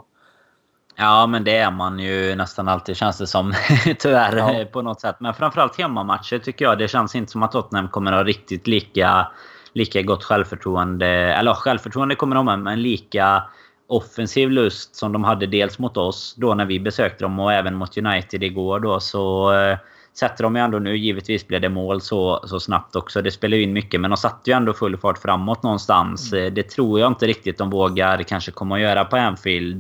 Ja, men det är man ju nästan alltid, känns det som, tyvärr ja. på något sätt. Men framförallt hemmamatcher tycker jag, det känns inte som att Tottenham kommer att ha riktigt lika, lika gott självförtroende. Eller självförtroende kommer de ha, men lika offensiv lust som de hade dels mot oss då när vi besökte dem, och även mot United igår då, så eh, sätter de ju ändå nu, givetvis blev det mål så, så snabbt också, det spelar ju in mycket, men de satte ju ändå full fart framåt någonstans. Mm. Det tror jag inte riktigt de vågar kanske komma att göra på Anfield.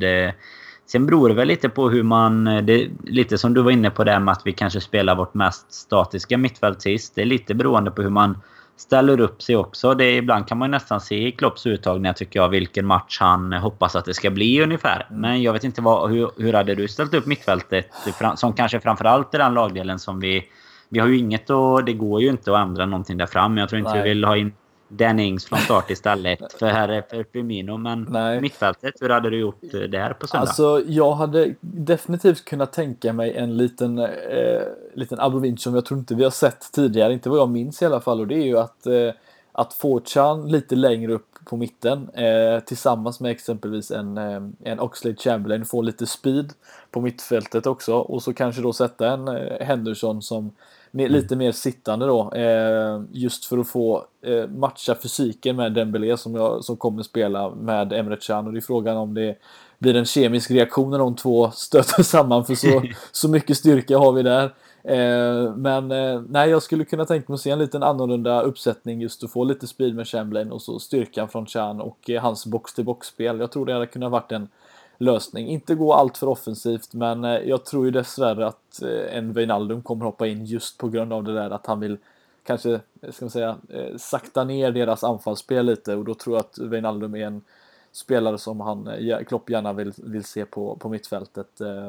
Sen beror det väl lite på hur man, det, lite som du var inne på det med att vi kanske spelar vårt mest statiska mittfält sist, det är lite beroende på hur man ställer upp sig också. Det, ibland kan man nästan se i Klopps uttagningar, tycker jag, vilken match han hoppas att det ska bli ungefär. Men jag vet inte vad, hur, hur hade du ställt upp mittfältet som kanske framförallt är den lagdelen som vi vi har ju inget, och det går ju inte att ändra någonting där fram. Jag tror inte Nej. vi vill ha in Dennings från start istället för här för Firmino, men Nej. mittfältet, hur hade du gjort det här på söndag? Alltså, jag hade definitivt kunnat tänka mig en liten eh, liten abrovinch som jag tror inte vi har sett tidigare, inte vad jag minns i alla fall, och det är ju att eh, att få Chan lite längre upp på mitten eh, tillsammans med exempelvis en eh, en Oxlade-Chamberlain, få lite speed på mittfältet också, och så kanske då sätta en eh, Henderson som Med, lite mer sittande då, eh, just för att få eh, matcha fysiken med Dembélé som, jag, som kommer spela med Emre Can, och det är frågan om det blir en kemisk reaktion när de två stöter samman, för så, så mycket styrka har vi där. Eh, men eh, nej, jag skulle kunna tänka mig att se en liten annorlunda uppsättning, just att få lite speed med Chamberlain och så styrkan från Can och eh, hans box-till-box-spel. Jag tror det hade kunnat varit en lösning. Inte gå allt för offensivt, men jag tror ju dessvärre att en Wijnaldum kommer hoppa in just på grund av det där att han vill kanske, ska man säga, sakta ner deras anfallsspel lite, och då tror jag att Wijnaldum är en spelare som han, Klopp gärna vill, vill se på, på mittfältet.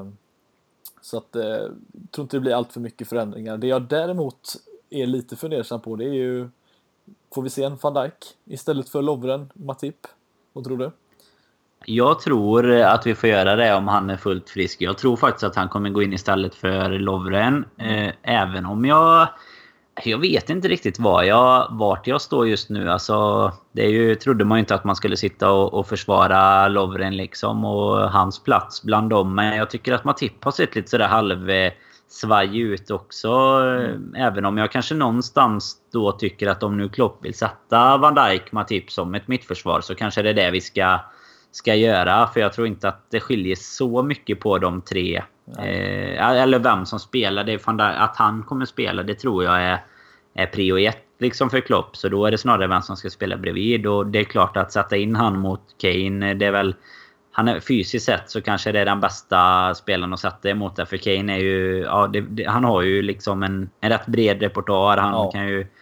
Så att jag tror inte det blir allt för mycket förändringar. Det jag däremot är lite fundersam på, det är ju, får vi se en Van Dijk istället för Lovren, Matip? Vad tror du? Jag tror att vi får göra det om han är fullt frisk. Jag tror faktiskt att han kommer gå in istället för Lovren. Eh, även om jag... Jag vet inte riktigt vad jag, vart jag står just nu. Alltså, det är ju, trodde man ju inte att man skulle sitta och, och försvara Lovren liksom, och hans plats bland dem. Men jag tycker att Matip har sett lite sådär halv svaj ut också. Mm. Även om jag kanske någonstans då tycker att om nu Klopp vill sätta Van Dijk, Matip som ett mittförsvar, så kanske det är det vi ska... ska göra, för jag tror inte att det skiljer så mycket på de tre. Eh, eller vem som spelar, det är fan där, att han kommer spela, det tror jag är, är prio ett liksom för Klopp, så då är det snarare vem som ska spela bredvid, och det är klart att sätta in han mot Kane, det är väl han är fysiskt sett så kanske det är den bästa spelaren att sätta emot det. För Kane är ju... Ja, det, det, han har ju liksom en, en rätt bred repertoar. Han ja. kan ju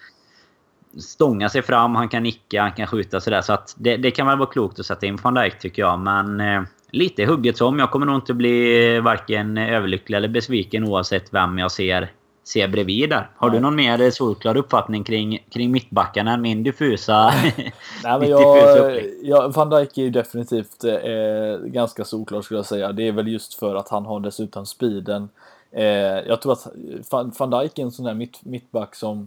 stånga sig fram, han kan nicka, han kan skjuta sådär. Så att det, det kan väl vara klokt att sätta in Van Dijk tycker jag. Men eh, lite hugget som. Jag kommer nog inte bli varken överlycklig eller besviken oavsett vem jag ser, ser bredvid där. Har Nej. du någon mer solklar uppfattning kring, kring mittbackarna än min diffusa? Nej, men jag, jag, Van Dijk är ju definitivt eh, ganska solklar skulle jag säga. Det är väl just för att han har dessutom speeden. Eh, jag tror att Van, Van Dijk är en sån där mitt, mittback som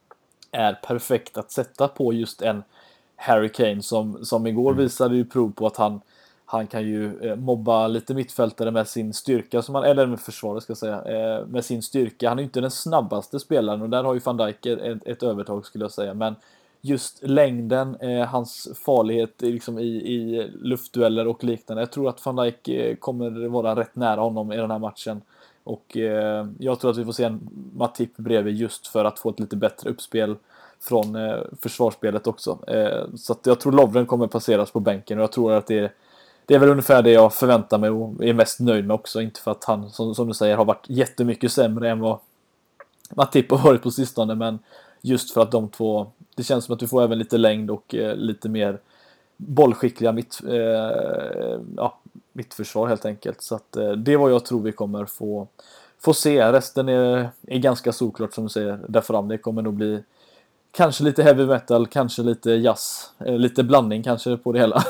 är perfekt att sätta på just en Harry Kane som, som igår mm. visade ju prov på att han, han kan ju eh, mobba lite mittfältare med sin styrka, som han, eller med försvaret ska jag säga, eh, med sin styrka. Han är ju inte den snabbaste spelaren och där har ju Van Dijk ett, ett övertag skulle jag säga, men just längden, eh, hans farlighet liksom i, i luftdueller och liknande. Jag tror att Van Dijk eh, kommer vara rätt nära honom i den här matchen. Och eh, jag tror att vi får se en Matip bredvid just för att få ett lite bättre uppspel från eh, försvarsspelet också. Eh, så att jag tror Lovren kommer passeras på bänken och jag tror att det är, det är väl ungefär det jag förväntar mig och är mest nöjd med också. Inte för att han, som, som du säger, har varit jättemycket sämre än vad Matip har varit på sistone, men just för att de två, det känns som att du får även lite längd och eh, lite mer bollskickliga mitt, eh, ja, mittförsvar helt enkelt. Så att, eh, det är vad jag tror vi kommer få, få se. Resten är, är ganska såklart som du säger där fram. Det kommer nog bli kanske lite heavy metal, kanske lite jazz, eh, lite blandning kanske på det hela.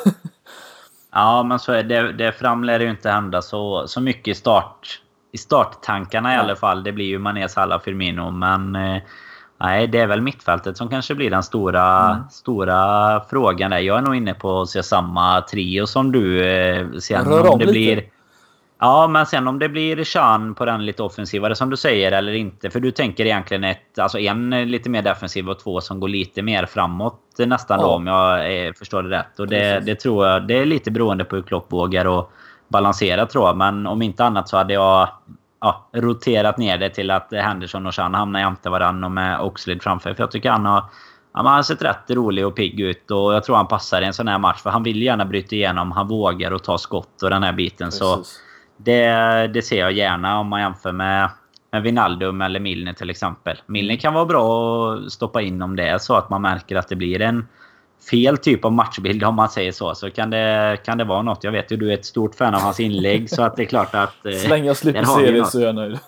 Ja, men så är det, det framlär ju inte hända så, så mycket i start i starttankarna i ja. alla fall. Det blir ju Mané, Salah, Firmino, men eh, nej, det är väl mittfältet som kanske blir den stora, mm. stora frågan där. Jag är nog inne på att se samma trio som du. Eh, sen Rör om det lite. blir... Ja, men sen om det blir Chan på den lite offensivare som du säger eller inte. För du tänker egentligen ett, alltså en lite mer defensiv och två som går lite mer framåt nästan ja. då, om jag eh, förstår det rätt. Och det, det tror jag, det är lite beroende på hur Klopp vågar och balansera tror jag. Men om inte annat så hade jag... Ja, roterat ner det till att Henderson och Chan hamnar jämte varandra och med Oxlade framför. För jag tycker han har, han har sett rätt rolig och pigg ut. Och jag tror han passar i en sån här match. För han vill gärna bryta igenom. Han vågar och ta skott och den här biten. Precis. Så det, det ser jag gärna om man jämför med, med Wijnaldum eller Milner till exempel. Milner kan vara bra att stoppa in om det är så att man märker att det blir en fel typ av matchbild om man säger så. Så kan det, kan det vara något. Jag vet ju du är ett stort fan av hans inlägg. Så att det är klart att... Eh, så länge jag slipper se det så är jag nöjd.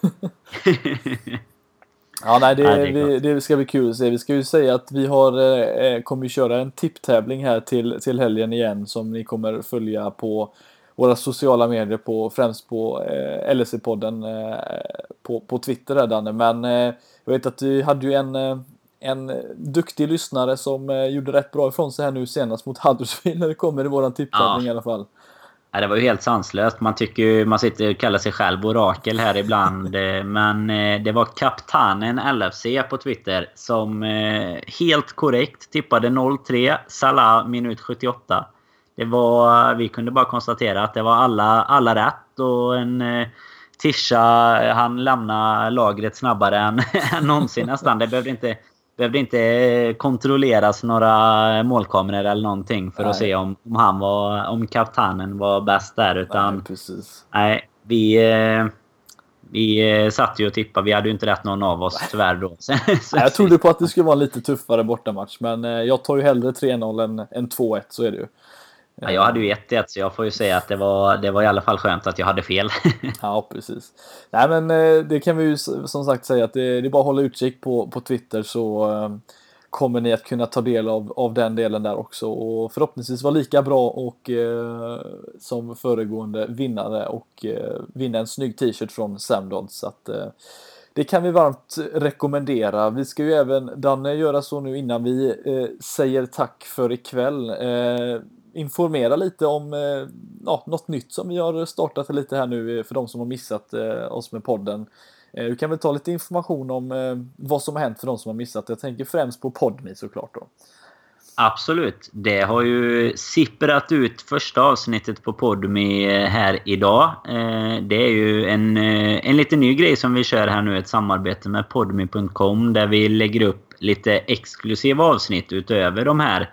Ja, nej, det, nej, det, vi, det ska bli kul att se. Vi ska ju säga att vi har, eh, kommer ju köra en tipptävling här till, till helgen igen. Som ni kommer följa på våra sociala medier. På, främst på eh, L S C-podden eh, på, på Twitter där, Danne. Men eh, jag vet att du hade ju en... Eh, En duktig lyssnare som eh, gjorde rätt bra ifrån sig här nu senast mot Huddersfield när det kommer i våran tipptävling ja. i alla fall. Ja, det var ju helt sanslöst. Man tycker ju, man sitter och kallar sig själv orakel här ibland. Men eh, det var kaptanen L F C på Twitter som eh, helt korrekt tippade noll tre Salah minut sjuttioåtta. Det var, vi kunde bara konstatera att det var alla, alla rätt och en... Eh, Tisha, han lämnar lagret snabbare än, än någonsin nästan. Det behövde inte, behövde inte kontrolleras några målkameror eller någonting för nej. att se om, om han var, om kaptanen var bäst där. Utan, nej, precis. Nej, vi, vi satt ju och tippade. Vi hade ju inte rätt någon av oss tyvärr då. Så, så jag trodde på att det skulle vara en lite tuffare bortamatch. Men jag tar ju hellre tre noll än, än två ett, så är det ju. Ja, jag hade ju ett ett så jag får ju säga att det var, det var i alla fall skönt att jag hade fel. Ja, precis. Nej, men det kan vi ju som sagt säga att det, det är bara att hålla utkik på, på Twitter så um, kommer ni att kunna ta del av, av den delen där också. Och förhoppningsvis vara lika bra och, uh, som föregående vinnare och uh, vinna en snygg t-shirt från Samdod. Så att uh, det kan vi varmt rekommendera. Vi ska ju även, Danne, göra så nu innan vi uh, säger tack för ikväll. Uh, informera lite om eh, ja, något nytt som vi har startat lite här nu för de som har missat eh, oss med podden. Eh, du kan väl ta lite information om eh, vad som har hänt för de som har missat. Jag tänker främst på PodMe såklart då. Absolut. Det har ju sipprat ut första avsnittet på PodMe här idag. Eh, det är ju en, en lite ny grej som vi kör här nu. Ett samarbete med podme punkt com där vi lägger upp lite exklusiva avsnitt utöver de här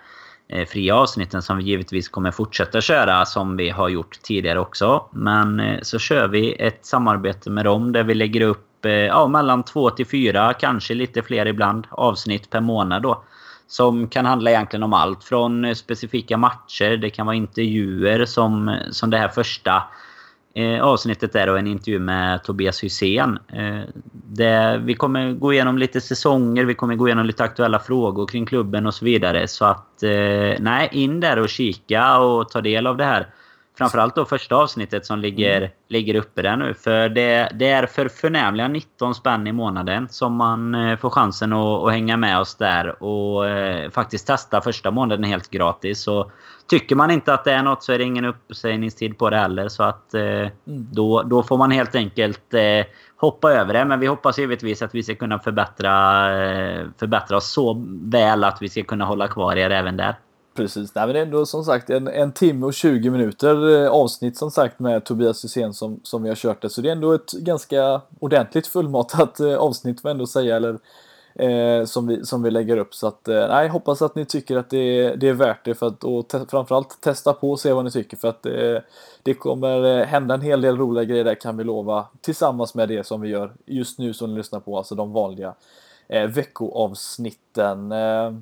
eh, fria avsnitten som vi givetvis kommer fortsätta köra som vi har gjort tidigare också. Men eh, så kör vi ett samarbete med dem där vi lägger upp eh, ja, mellan två till fyra, kanske lite fler ibland, avsnitt per månad då. Som kan handla egentligen om allt från specifika matcher. Det kan vara intervjuer som, som det här första eh, avsnittet är. Och en intervju med Tobias Hysén. Eh, där vi kommer gå igenom lite säsonger. Vi kommer gå igenom lite aktuella frågor kring klubben och så vidare. Så att eh, nej, in där och kika och ta del av det här. Framförallt då första avsnittet som ligger, mm. ligger uppe där nu. För det, det är för förnämliga nitton spänn i månaden som man eh, får chansen att, att hänga med oss där. Och eh, faktiskt testa första månaden helt gratis. Så tycker man inte att det är något så är det ingen uppsägningstid på det heller. Så att eh, mm. då, då får man helt enkelt eh, hoppa över det. Men vi hoppas givetvis att vi ska kunna förbättra, eh, förbättra oss så väl att vi ska kunna hålla kvar er även där. Precis, nej, men det är ändå som sagt en, en timme och tjugo minuter eh, avsnitt som sagt med Tobias Hysén som, som vi har kört det. Så det är ändå ett ganska ordentligt fullmatat eh, avsnitt får ändå säga, eller eh, som, vi, som vi lägger upp. Så att, eh, nej, hoppas att ni tycker att det, det är värt det för att, och te- framförallt testa på och se vad ni tycker. För att eh, det kommer hända en hel del roliga grejer där kan vi lova tillsammans med det som vi gör just nu som ni lyssnar på, alltså de vanliga eh, veckoavsnitten. Eh,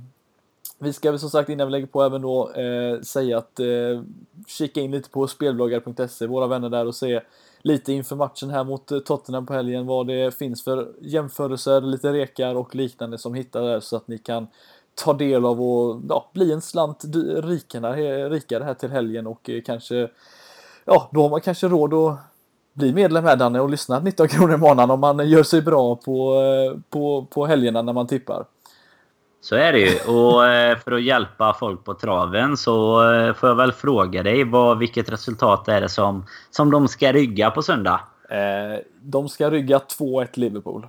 Vi ska väl som sagt innan vi lägger på även då eh, säga att eh, kika in lite på spelbloggar punkt se, våra vänner där, och se lite inför matchen här mot eh, Tottenham på helgen vad det finns för jämförelser, lite rekar och liknande som hittar där, så att ni kan ta del av och ja, bli en slant rikare, rikare här till helgen och eh, kanske, ja, då har man kanske råd att bli medlem här Danne och lyssna nitton kronor i månaden om man gör sig bra på, eh, på, på helgerna när man tippar. Så är det ju. Och för att hjälpa folk på traven så får jag väl fråga dig vad, vilket resultat är det som, som de ska rygga på söndag? Eh, de ska rygga två ett Liverpool.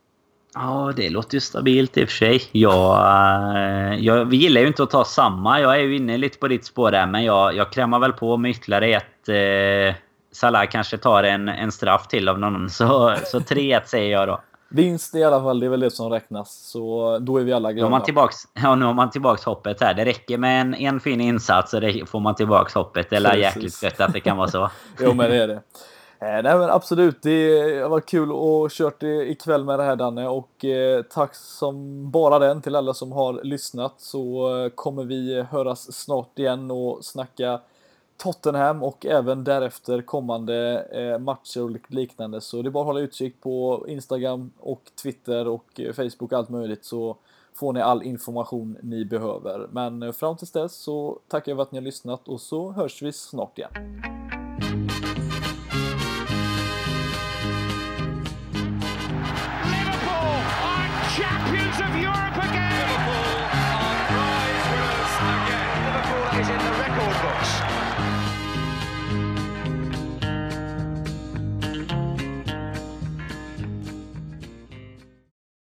Ja, det låter ju stabilt i och för sig. Jag, jag, vi gillar ju inte att ta samma. Jag är ju inne lite på ditt spår där, men jag, jag krämar väl på med ytterligare ett. Eh, Salah kanske tar en, en straff till av någon. Så, så tre ett säger jag då. Vinst i alla fall, det är väl det som räknas. Så då är vi alla glada. Nu har man tillbaks, ja, nu har man tillbaks hoppet här. Det räcker med en, en fin insats så det får man tillbaks hoppet. Eller jäkligt gött att det kan vara så. Jo, men det är det. Eh, nej, men absolut, det var kul att kört ikväll med det här Danne. Och eh, tack som bara den till alla som har lyssnat. Så eh, kommer vi höras snart igen och snacka Tottenham och även därefter kommande eh, matcher och liknande. Så det är bara att hålla utkik på Instagram och Twitter och eh, Facebook, allt möjligt, så får ni all information ni behöver. Men eh, fram tills dess så tackar jag för att ni har lyssnat och så hörs vi snart igen. Liverpool are champions of Europe again.